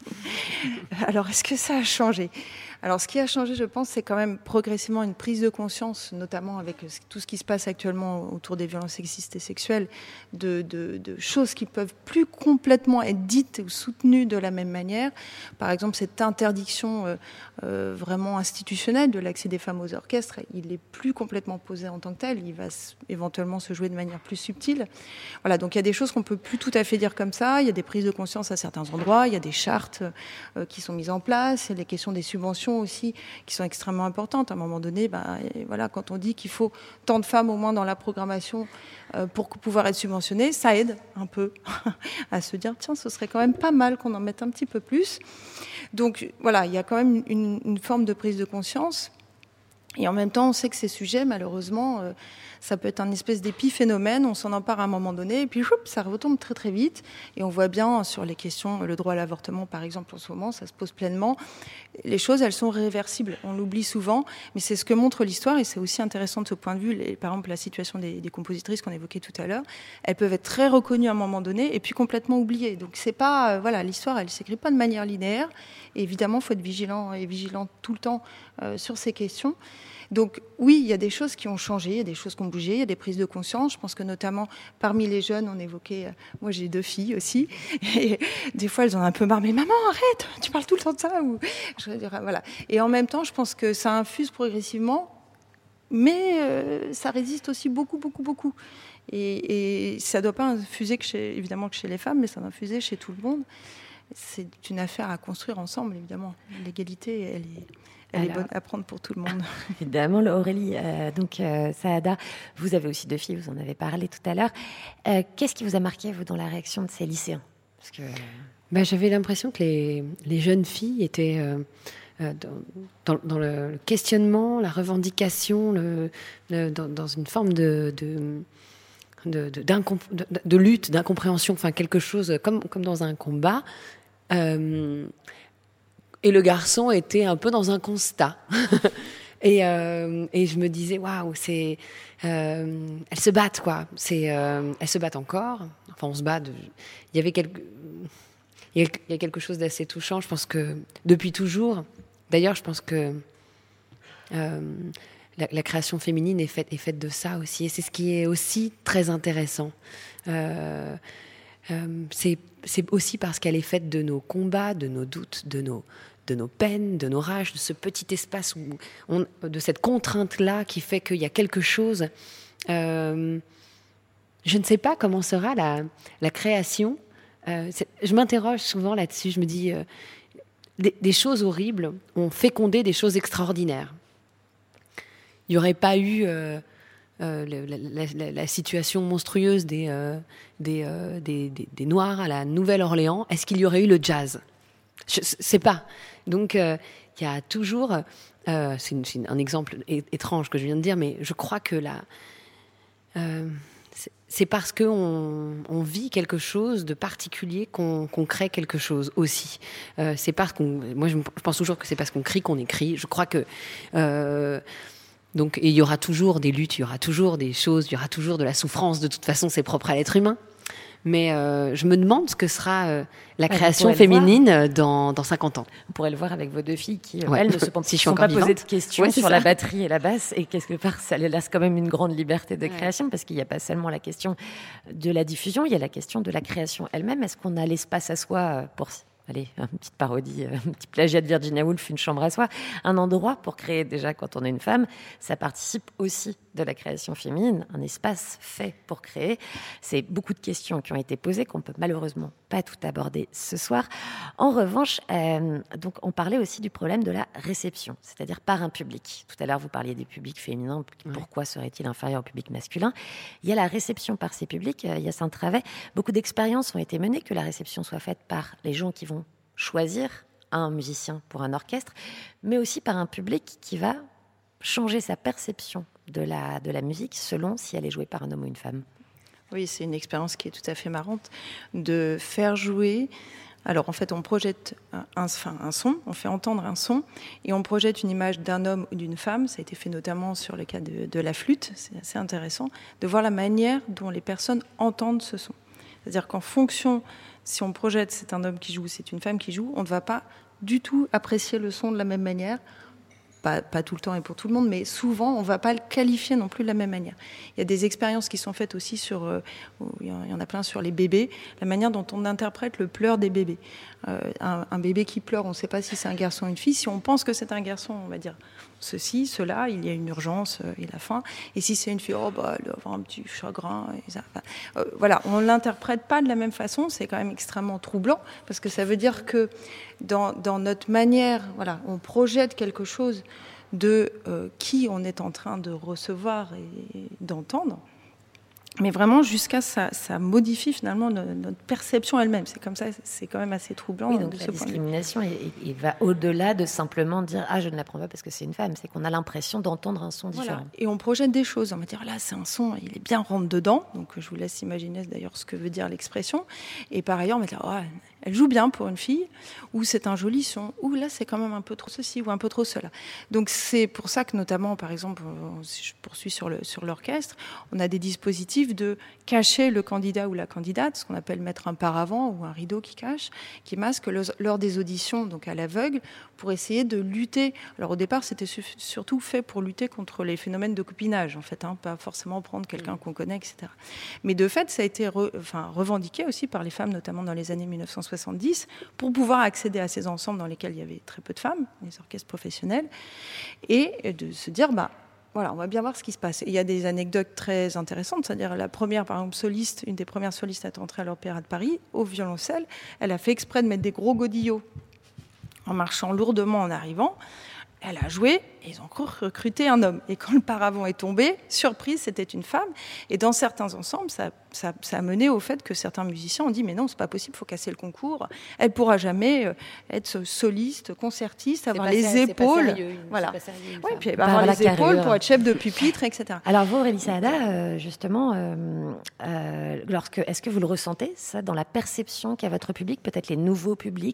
Alors, est-ce que ça a changé ? Alors, ce qui a changé, je pense, c'est quand même progressivement une prise de conscience, notamment avec tout ce qui se passe actuellement autour des violences sexistes et sexuelles, de, de, de choses qui peuvent plus complètement être dites ou soutenues de la même manière. Par exemple, cette interdiction euh, euh, vraiment institutionnelle de l'accès des femmes aux orchestres, il n'est plus complètement posé en tant que tel. Il va s- éventuellement se jouer de manière plus subtile. Voilà, donc il y a des choses qu'on peut plus tout à fait dire comme ça. Il y a des prises de conscience à certains endroits. Il y a des chartes euh, qui sont mises en place. Il y a les questions des subventions aussi qui sont extrêmement importantes. À un moment donné, ben, et voilà, quand on dit qu'il faut tant de femmes au moins dans la programmation euh, pour pouvoir être subventionnées, ça aide un peu à se dire tiens, ce serait quand même pas mal qu'on en mette un petit peu plus. Donc voilà, il y a quand même une, une forme de prise de conscience. Et en même temps, on sait que ces sujets, malheureusement, euh, ça peut être un espèce d'épiphénomène. On s'en empare à un moment donné, et puis choup, ça retombe très très vite. Et on voit bien sur les questions, le droit à l'avortement, par exemple, en ce moment, ça se pose pleinement. Les choses, elles sont réversibles. On l'oublie souvent, mais c'est ce que montre l'histoire, et c'est aussi intéressant de ce point de vue. Les, par exemple, la situation des, des compositrices qu'on évoquait tout à l'heure, elles peuvent être très reconnues à un moment donné, et puis complètement oubliées. Donc c'est pas, euh, voilà, l'histoire, elle s'écrit pas de manière linéaire. Et évidemment, il faut être vigilant et vigilant tout le temps euh, sur ces questions. Donc oui, il y a des choses qui ont changé, il y a des choses qui ont bougé, il y a des prises de conscience. Je pense que notamment parmi les jeunes, on évoquait, euh, moi j'ai deux filles aussi, et des fois elles ont un peu marre, mais maman arrête, tu parles tout le temps de ça. Ou, je dirais, voilà. Et en même temps, je pense que ça infuse progressivement, mais euh, ça résiste aussi beaucoup, beaucoup, beaucoup. Et, et ça ne doit pas infuser que chez, évidemment que chez les femmes, mais ça doit infuser chez tout le monde. C'est une affaire à construire ensemble, évidemment. L'égalité, elle est... Elle Alors, est bonne à prendre pour tout le monde. Évidemment, Aurélie. Euh, donc, euh, Saada, vous avez aussi deux filles, vous en avez parlé tout à l'heure. Euh, qu'est-ce qui vous a marqué, vous, dans la réaction de ces lycéens ? Parce que... bah, j'avais l'impression que les, les jeunes filles étaient euh, euh, dans, dans, dans le questionnement, la revendication, le, le, dans, dans une forme de, de, de, de, de, de lutte, d'incompréhension, enfin quelque chose comme, comme dans un combat. Euh, et le garçon était un peu dans un constat. et, euh, et je me disais, waouh, c'est, euh, elles se battent, quoi. C'est, euh, elles se battent encore. Enfin, on se bat. De, il y avait quelque, il y a quelque chose d'assez touchant. Je pense que depuis toujours, d'ailleurs, je pense que euh, la, la création féminine est faite, est faite de ça aussi. Et c'est ce qui est aussi très intéressant. Euh, euh, c'est, c'est aussi parce qu'elle est faite de nos combats, de nos doutes, de nos de nos peines, de nos rages, de ce petit espace, où on, de cette contrainte-là qui fait qu'il y a quelque chose. Euh, je ne sais pas comment sera la, la création. Euh, je m'interroge souvent là-dessus. Je me dis, euh, des, des choses horribles ont fécondé des choses extraordinaires. Il n'y aurait pas eu euh, euh, la, la, la, la situation monstrueuse des, euh, des, euh, des, des, des Noirs à la Nouvelle-Orléans. Est-ce qu'il y aurait eu le jazz ? Je ne sais pas. Donc, il euh, y a toujours... Euh, c'est, une, c'est un exemple é- étrange que je viens de dire, mais je crois que là, euh, c'est, c'est parce qu'on on vit quelque chose de particulier qu'on, qu'on crée quelque chose aussi. Euh, c'est parce qu'on... Moi, je pense toujours que c'est parce qu'on crie qu'on écrit. Je crois que... Euh, donc, il y aura toujours des luttes, il y aura toujours des choses, il y aura toujours de la souffrance. De toute façon, c'est propre à l'être humain. Mais euh, je me demande ce que sera euh, la ouais, création féminine dans, dans cinquante ans. Vous pourrez le voir avec vos deux filles qui, ouais. elles, ne se si sont pas vivante. posées de questions ouais, sur ça. la batterie et la basse. Et quelque part, ça les laisse quand même une grande liberté de ouais. création, parce qu'il n'y a pas seulement la question de la diffusion, il y a la question de la création elle-même. Est-ce qu'on a l'espace à soi pour... Allez, une petite parodie, un petit plagiat de Virginia Woolf, une chambre à soi, un endroit pour créer, déjà quand on est une femme, ça participe aussi de la création féminine, un espace fait pour créer. C'est beaucoup de questions qui ont été posées, qu'on peut malheureusement pas tout aborder ce soir. En revanche, euh, donc on parlait aussi du problème de la réception, c'est-à-dire par un public. Tout à l'heure, vous parliez des publics féminins, pourquoi serait-il inférieur au public masculin ? Il y a la réception par ces publics, euh, Hyacinthe Ravet, beaucoup d'expériences ont été menées, que la réception soit faite par les gens qui vont choisir un musicien pour un orchestre, mais aussi par un public qui va changer sa perception de la, de la musique selon si elle est jouée par un homme ou une femme. Oui, c'est une expérience qui est tout à fait marrante de faire jouer. Alors en fait, on projette un, un, enfin, un son, on fait entendre un son et on projette une image d'un homme ou d'une femme. Ça a été fait notamment sur le cas de, de la flûte. C'est assez intéressant de voir la manière dont les personnes entendent ce son. C'est-à-dire qu'en fonction, si on projette c'est un homme qui joue, c'est une femme qui joue, on ne va pas du tout apprécier le son de la même manière. Pas, pas tout le temps et pour tout le monde, mais souvent, on ne va pas le qualifier non plus de la même manière. Il y a des expériences qui sont faites aussi sur, euh, il y en a plein sur les bébés, la manière dont on interprète le pleur des bébés. Euh, un, un bébé qui pleure, on ne sait pas si c'est un garçon ou une fille. Si on pense que c'est un garçon, on va dire ceci, cela, il y a une urgence euh, et la faim. Et si c'est une fille, oh, bah, elle doit avoir un petit chagrin. Et ça, enfin, euh, voilà, on ne l'interprète pas de la même façon. C'est quand même extrêmement troublant parce que ça veut dire que dans, dans notre manière, voilà, on projette quelque chose de euh, qui on est en train de recevoir et d'entendre. Mais vraiment, jusqu'à ça, ça modifie finalement notre, notre perception elle-même. C'est comme ça, c'est quand même assez troublant. Oui, donc de la ce discrimination, il, il va au-delà de simplement dire « Ah, je ne l'apprends pas parce que c'est une femme ». C'est qu'on a l'impression d'entendre un son différent. Voilà. Et on projette des choses. On va dire « Là, c'est un son, il est bien rentre-dedans ». Donc, je vous laisse imaginer d'ailleurs ce que veut dire l'expression. Et par ailleurs, on va dire oh, « Elle joue bien pour une fille » ou « C'est un joli son » ou « Là, c'est quand même un peu trop ceci » ou « un peu trop cela ». Donc, c'est pour ça que notamment, par exemple, si je poursuis sur, le, sur l'orchestre, on a des dispositifs de cacher le candidat ou la candidate, ce qu'on appelle mettre un paravent ou un rideau qui cache, qui masque le, lors des auditions, donc à l'aveugle, pour essayer de lutter. Alors au départ, c'était su- surtout fait pour lutter contre les phénomènes de copinage, en fait, hein, pas forcément prendre quelqu'un qu'on connaît, et cetera. Mais de fait, ça a été re, enfin, revendiqué aussi par les femmes, notamment dans les années dix-neuf cent soixante-dix, pour pouvoir accéder à ces ensembles dans lesquels il y avait très peu de femmes, les orchestres professionnels, et de se dire, bah, voilà, on va bien voir ce qui se passe. Et il y a des anecdotes très intéressantes, c'est-à-dire la première, par exemple, soliste, une des premières solistes à entrer à l'Opéra de Paris, au violoncelle, elle a fait exprès de mettre des gros godillots en marchant lourdement en arrivant. Elle a joué et ils ont recruté un homme. Et quand le paravent est tombé, surprise, c'était une femme. Et dans certains ensembles, ça, ça, ça a mené au fait que certains musiciens ont dit « mais non, c'est pas possible, il faut casser le concours. Elle pourra jamais être soliste, concertiste, avoir les sérieux, épaules. C'est pas sérieux, une, voilà. c'est pas sérieux, une ouais, femme. puis avoir Bah, les épaules carrure. pour être chef de pupitre, et cetera. Alors vous, Aurélie Saada, euh, justement, euh, euh, lorsque, est-ce que vous le ressentez, ça, dans la perception qu'a votre public, peut-être les nouveaux publics ?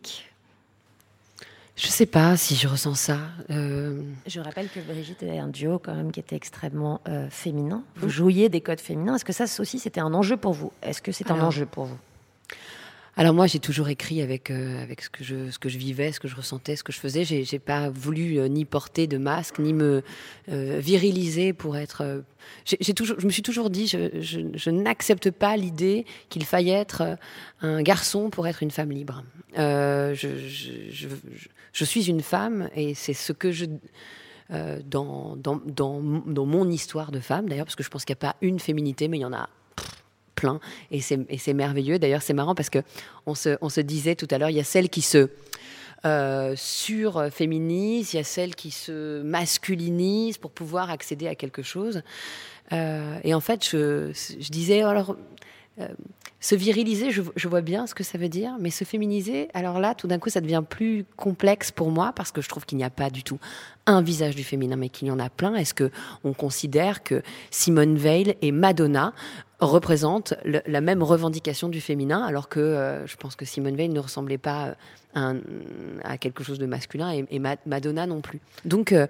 Je sais pas si je ressens ça. Euh... Je rappelle que Brigitte est un duo quand même qui était extrêmement euh, féminin. Vous jouiez des codes féminins. Est-ce que ça aussi c'était un enjeu pour vous ? Est-ce que c'est un Alors, enjeu pour vous ? Alors moi j'ai toujours écrit avec euh, avec ce que je ce que je vivais, ce que je ressentais, ce que je faisais. J'ai j'ai pas voulu euh, ni porter de masque, ni me euh, viriliser pour être. Euh, j'ai, j'ai toujours, je me suis toujours dit, je je, je n'accepte pas l'idée qu'il faille être euh, un garçon pour être une femme libre. Euh, je, je, je, je je suis une femme et c'est ce que je euh, dans dans dans dans mon histoire de femme d'ailleurs, parce que je pense qu'il n'y a pas une féminité, mais il y en a plein et c'est, et c'est merveilleux. D'ailleurs, c'est marrant parce que on se, on se disait tout à l'heure, il y a celles qui se euh, surféminisent, il y a celles qui se masculinisent pour pouvoir accéder à quelque chose. Euh, et en fait, je, je disais, alors, euh, se viriliser, je, je vois bien ce que ça veut dire, mais se féminiser, alors là, tout d'un coup, ça devient plus complexe pour moi parce que je trouve qu'il n'y a pas du tout un visage du féminin, mais qu'il y en a plein. Est-ce que on considère que Simone Veil et Madonna représentent le, la même revendication du féminin, alors que euh, je pense que Simone Veil ne ressemblait pas à, un, à quelque chose de masculin et, et Madonna non plus. Donc, il euh,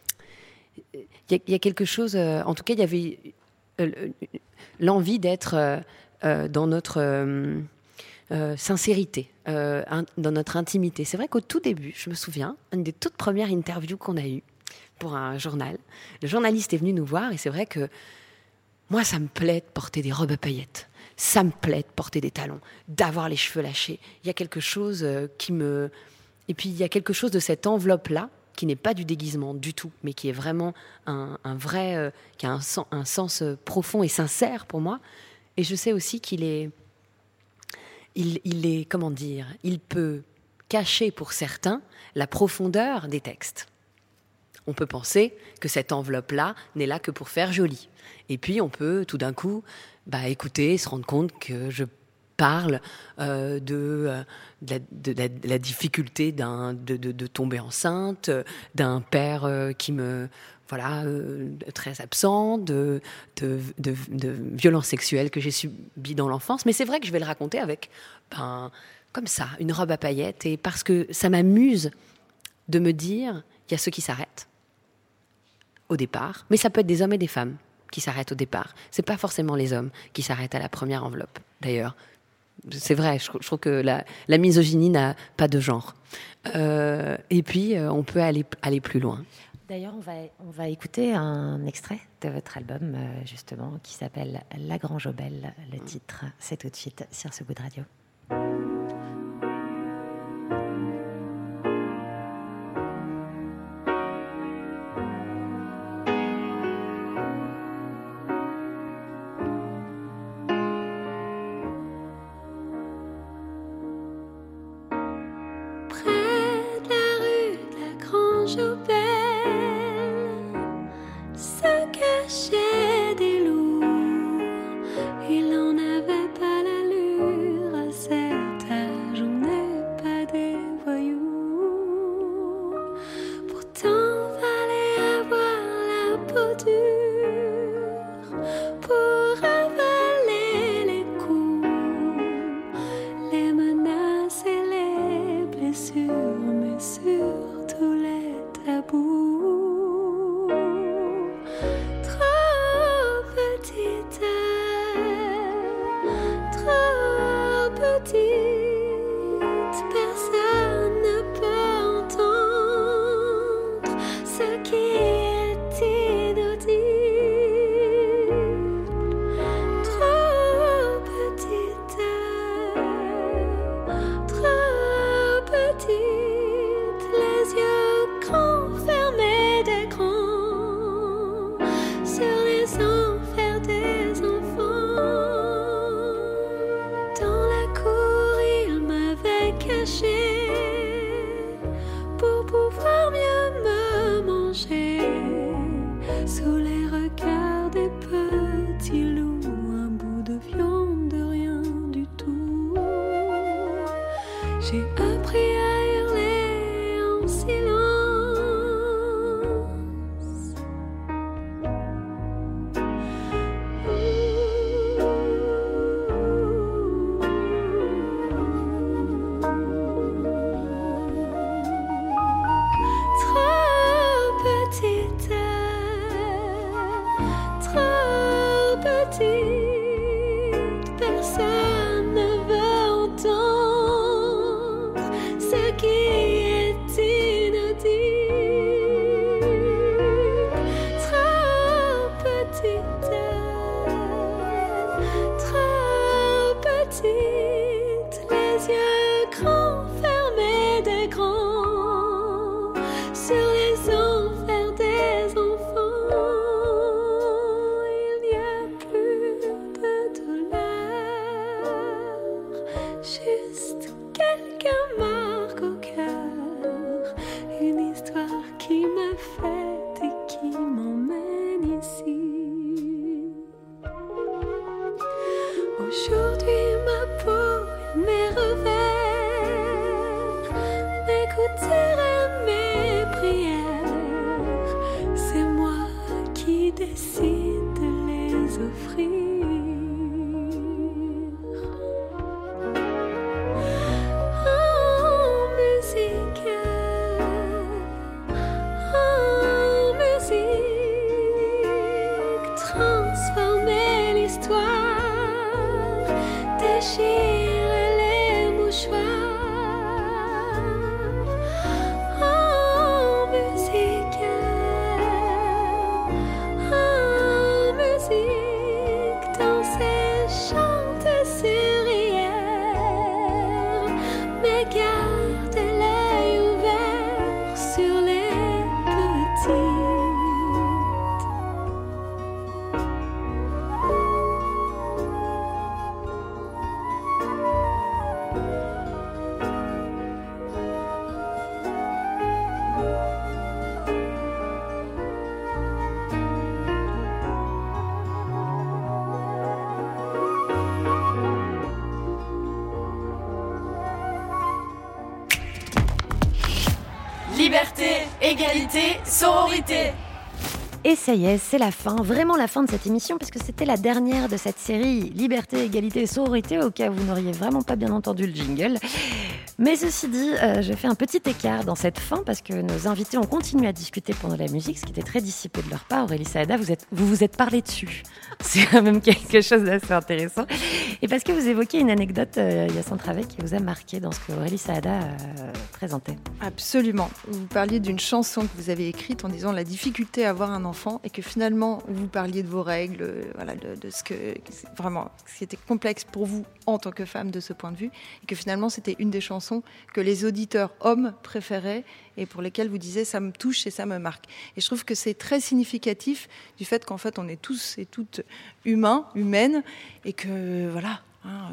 y, y a quelque chose, euh, en tout cas, il y avait euh, l'envie d'être euh, euh, dans notre euh, euh, sincérité, euh, in, dans notre intimité. C'est vrai qu'au tout début, je me souviens, une des toutes premières interviews qu'on a eues pour un journal, le journaliste est venu nous voir et c'est vrai que moi, ça me plaît de porter des robes à paillettes. Ça me plaît de porter des talons, d'avoir les cheveux lâchés. Il y a quelque chose euh, qui me... Et puis, il y a quelque chose de cette enveloppe-là, qui n'est pas du déguisement du tout, mais qui est vraiment un, un vrai... Euh, qui a un, sen- un sens euh, profond et sincère pour moi. Et je sais aussi qu'il est... Il, il est... Comment dire ? Il peut cacher pour certains la profondeur des textes. On peut penser que cette enveloppe-là n'est là que pour faire joli. Et puis, on peut tout d'un coup bah, écouter, se rendre compte que je parle euh, de, euh, de, la, de, la, de la difficulté d'un, de, de, de tomber enceinte, d'un père euh, qui me... Voilà, euh, très absent, de, de, de, de violences sexuelles que j'ai subies dans l'enfance. Mais c'est vrai que je vais le raconter avec, ben, comme ça, une robe à paillettes. Et parce que ça m'amuse de me dire, il y a ceux qui s'arrêtent au départ, mais ça peut être des hommes et des femmes qui s'arrêtent au départ. C'est pas forcément les hommes qui s'arrêtent à la première enveloppe, d'ailleurs. C'est vrai, je, je trouve que la, la misogynie n'a pas de genre. Euh, et puis, euh, on peut aller, aller plus loin. D'ailleurs, on va, on va écouter un extrait de votre album, euh, justement, qui s'appelle La Grange aux Belles. Le titre, c'est tout de suite sur So Good Radio. Trop petite, les yeux grands fermés. fête et qui m'emmène ici. Aujourd'hui ma peau et mes revers, mes gouttières et mes prières, c'est moi qui décide de les offrir. Liberté, égalité, sororité. Et ça y est, c'est la fin, vraiment la fin de cette émission, parce que c'était la dernière de cette série Liberté, Égalité, Sororité, au cas où vous n'auriez vraiment pas bien entendu le jingle. Mais ceci dit, euh, je fais un petit écart dans cette fin, parce que nos invités ont continué à discuter pendant la musique, ce qui était très dissipé de leur part. Aurélie Saada, vous êtes, vous, vous êtes parlé dessus. C'est quand même quelque chose d'assez intéressant. Et parce que vous évoquez une anecdote, euh, Yacine Travet, qui vous a marqué dans ce que Aurélie Saada euh, présentait. Absolument. Vous parliez d'une chanson que vous avez écrite en disant la difficulté à avoir un enfant, et que finalement vous parliez de vos règles, euh, voilà, de, de ce que vraiment ce qui était complexe pour vous en tant que femme de ce point de vue, et que finalement c'était une des chansons que les auditeurs hommes préféraient et pour lesquelles vous disiez ça me touche et ça me marque. Et je trouve que c'est très significatif du fait qu'en fait on est tous et toutes humains, humaines, et que voilà. Hein,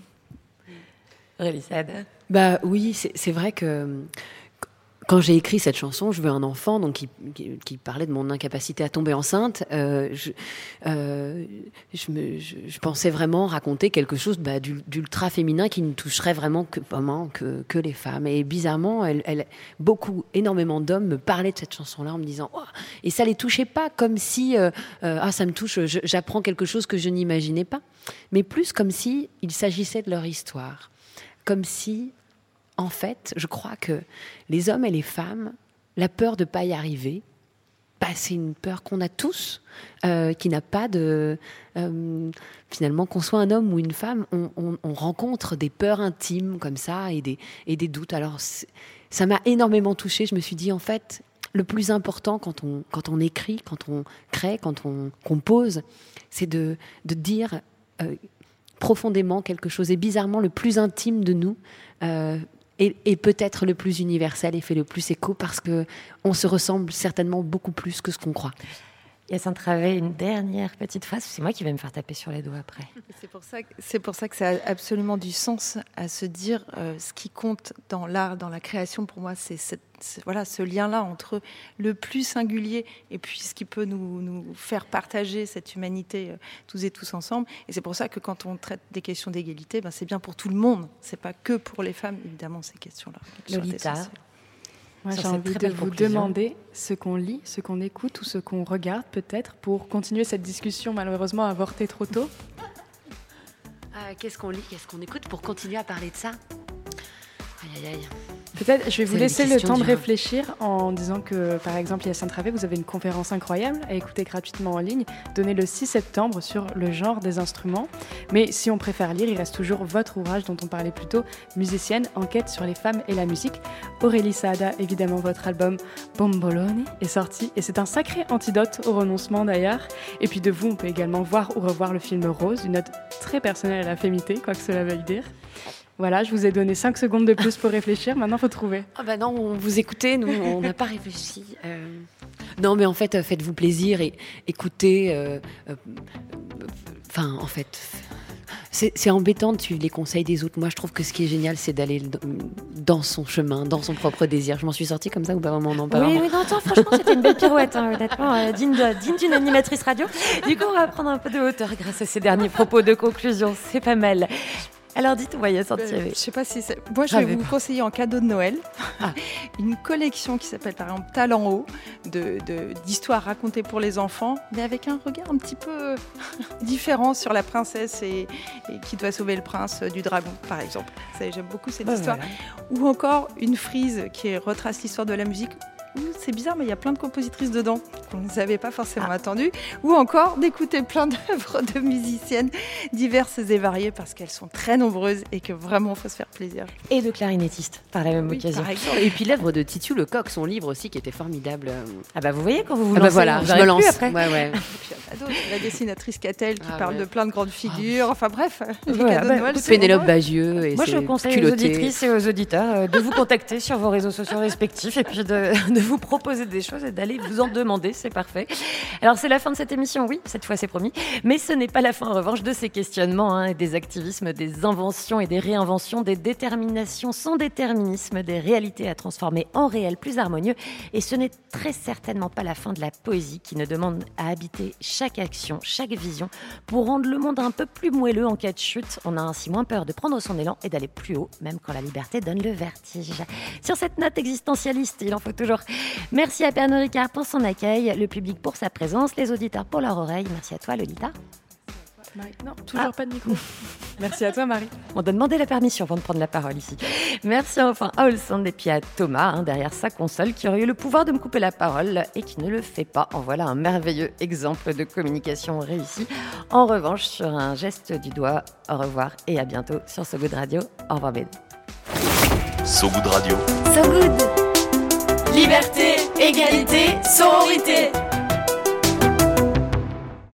Aurélie Saada. Bah oui, c'est, c'est vrai que quand j'ai écrit cette chanson, Je veux un enfant, donc qui, qui, qui parlait de mon incapacité à tomber enceinte, euh, je, euh, je, me, je, je pensais vraiment raconter quelque chose bah, d'ultra féminin qui ne toucherait vraiment que, vraiment que, que les femmes. Et bizarrement, elle, elle, beaucoup, énormément d'hommes me parlaient de cette chanson-là en me disant oh, et ça les touchait pas comme si euh, euh, ah ça me touche, je, j'apprends quelque chose que je n'imaginais pas, mais plus comme si il s'agissait de leur histoire, comme si en fait, je crois que les hommes et les femmes, la peur de ne pas y arriver, bah, c'est une peur qu'on a tous, euh, qui n'a pas de... Euh, finalement, qu'on soit un homme ou une femme, on, on, on rencontre des peurs intimes comme ça et des, et des doutes. Alors, ça m'a énormément touchée. Je me suis dit, en fait, le plus important quand on, quand on écrit, quand on crée, quand on compose, c'est de, de dire euh, profondément quelque chose. Et bizarrement, le plus intime de nous... Euh, Et, et peut-être le plus universel et fait le plus écho parce qu'on se ressemble certainement beaucoup plus que ce qu'on croit. Yacine Travet, une dernière petite phrase. C'est moi qui vais me faire taper sur les doigts après. C'est pour ça que, c'est pour ça que ça a absolument du sens à se dire euh, ce qui compte dans l'art, dans la création. Pour moi, c'est, cette, c'est voilà, ce lien-là entre le plus singulier et puis ce qui peut nous, nous faire partager cette humanité euh, tous et tous ensemble. Et c'est pour ça que quand on traite des questions d'égalité, ben, c'est bien pour tout le monde. C'est pas que pour les femmes, évidemment, ces questions-là. Lolita. Moi, j'ai envie de vous conclusion. demander ce qu'on lit, ce qu'on écoute ou ce qu'on regarde peut-être pour continuer cette discussion malheureusement avortée trop tôt. Euh, qu'est-ce qu'on lit, qu'est-ce qu'on écoute pour continuer à parler de ça ? Aïe, aïe, aïe. Peut-être, je vais vous laisser le temps de réfléchir en disant que, par exemple, Yacine Travet, vous avez une conférence incroyable à écouter gratuitement en ligne, donnée le six septembre sur le genre des instruments. Mais si on préfère lire, il reste toujours votre ouvrage dont on parlait plus tôt, Musicienne, enquête sur les femmes et la musique. Aurélie Saada, évidemment, votre album Bomboloni est sorti et c'est un sacré antidote au renoncement d'ailleurs. Et puis de vous, on peut également voir ou revoir le film Rose, une note très personnelle à la féminité, quoi que cela veuille dire. Voilà, je vous ai donné cinq secondes de plus pour réfléchir. Maintenant, il faut trouver. Ah bah non, on vous écoutez, nous, on n'a pas réfléchi. Euh... Non, mais en fait, faites-vous plaisir et écoutez. Enfin, euh, euh, en fait, C'est, c'est embêtant de suivre les conseils des autres. Moi, je trouve que ce qui est génial, c'est d'aller dans son chemin, dans son propre désir. Je m'en suis sortie comme ça ou pas vraiment? Non, pas oui, vraiment. oui, non, attends, franchement, c'était une belle pirouette, hein, honnêtement, euh, digne, de, digne d'une animatrice radio. Du coup, on va prendre un peu de hauteur grâce à ces derniers propos de conclusion. C'est pas mal. Alors dites-moi, il y a sorti euh, avec. Je sais pas si c'est... Moi, je vais vous conseiller en cadeau de Noël ah. une collection qui s'appelle par exemple Talent haut, de, de, d'histoires racontées pour les enfants, mais avec un regard un petit peu différent sur la princesse et, et qui doit sauver le prince du dragon, par exemple. Ça, j'aime beaucoup cette bah, histoire. Voilà. Ou encore une frise qui retrace l'histoire de la musique. C'est bizarre, mais il y a plein de compositrices dedans qu'on ne savait pas forcément ah. attendues. Ou encore d'écouter plein d'œuvres de musiciennes diverses et variées parce qu'elles sont très nombreuses et que vraiment il faut se faire plaisir. Et de clarinettistes par la même oui, occasion. Et puis l'œuvre de Titu Lecoq, son livre aussi qui était formidable. Ah bah vous voyez quand vous vous ah lancez, bah voilà, je me lance. Après. Ouais, ouais. La dessinatrice Catel qui ah parle ouais. de plein de grandes figures. Enfin bref, les voilà, cadeaux bah, de Noël, c'est Pénélope Bagieux. Et moi je conseille culotté. aux auditrices et aux auditeurs de vous contacter sur vos réseaux sociaux respectifs et puis de, de vous proposer des choses et d'aller vous en demander, c'est parfait. Alors c'est la fin de cette émission, oui, cette fois c'est promis, mais ce n'est pas la fin en revanche de ces questionnements, hein, des activismes, des inventions et des réinventions, des déterminations sans déterminisme, des réalités à transformer en réel plus harmonieux, et ce n'est très certainement pas la fin de la poésie qui ne demande à habiter chaque action, chaque vision, pour rendre le monde un peu plus moelleux en cas de chute. On a ainsi moins peur de prendre son élan et d'aller plus haut, même quand la liberté donne le vertige. Sur cette note existentialiste, il en faut toujours. Merci à Pernod Ricard pour son accueil, le public pour sa présence, les auditeurs pour leur oreille. Merci à toi, Lolita. Marie. Non, toujours ah. pas de micro. Merci à toi, Marie. On doit demander la permission avant de prendre la parole ici. Merci enfin à Olsand et puis à Thomas, hein, derrière sa console, qui aurait eu le pouvoir de me couper la parole et qui ne le fait pas. En voilà un merveilleux exemple de communication réussie. En revanche, sur un geste du doigt, au revoir et à bientôt sur So Good Radio. Au revoir, Béd. So Good Radio. So Good. Liberté, égalité, sororité.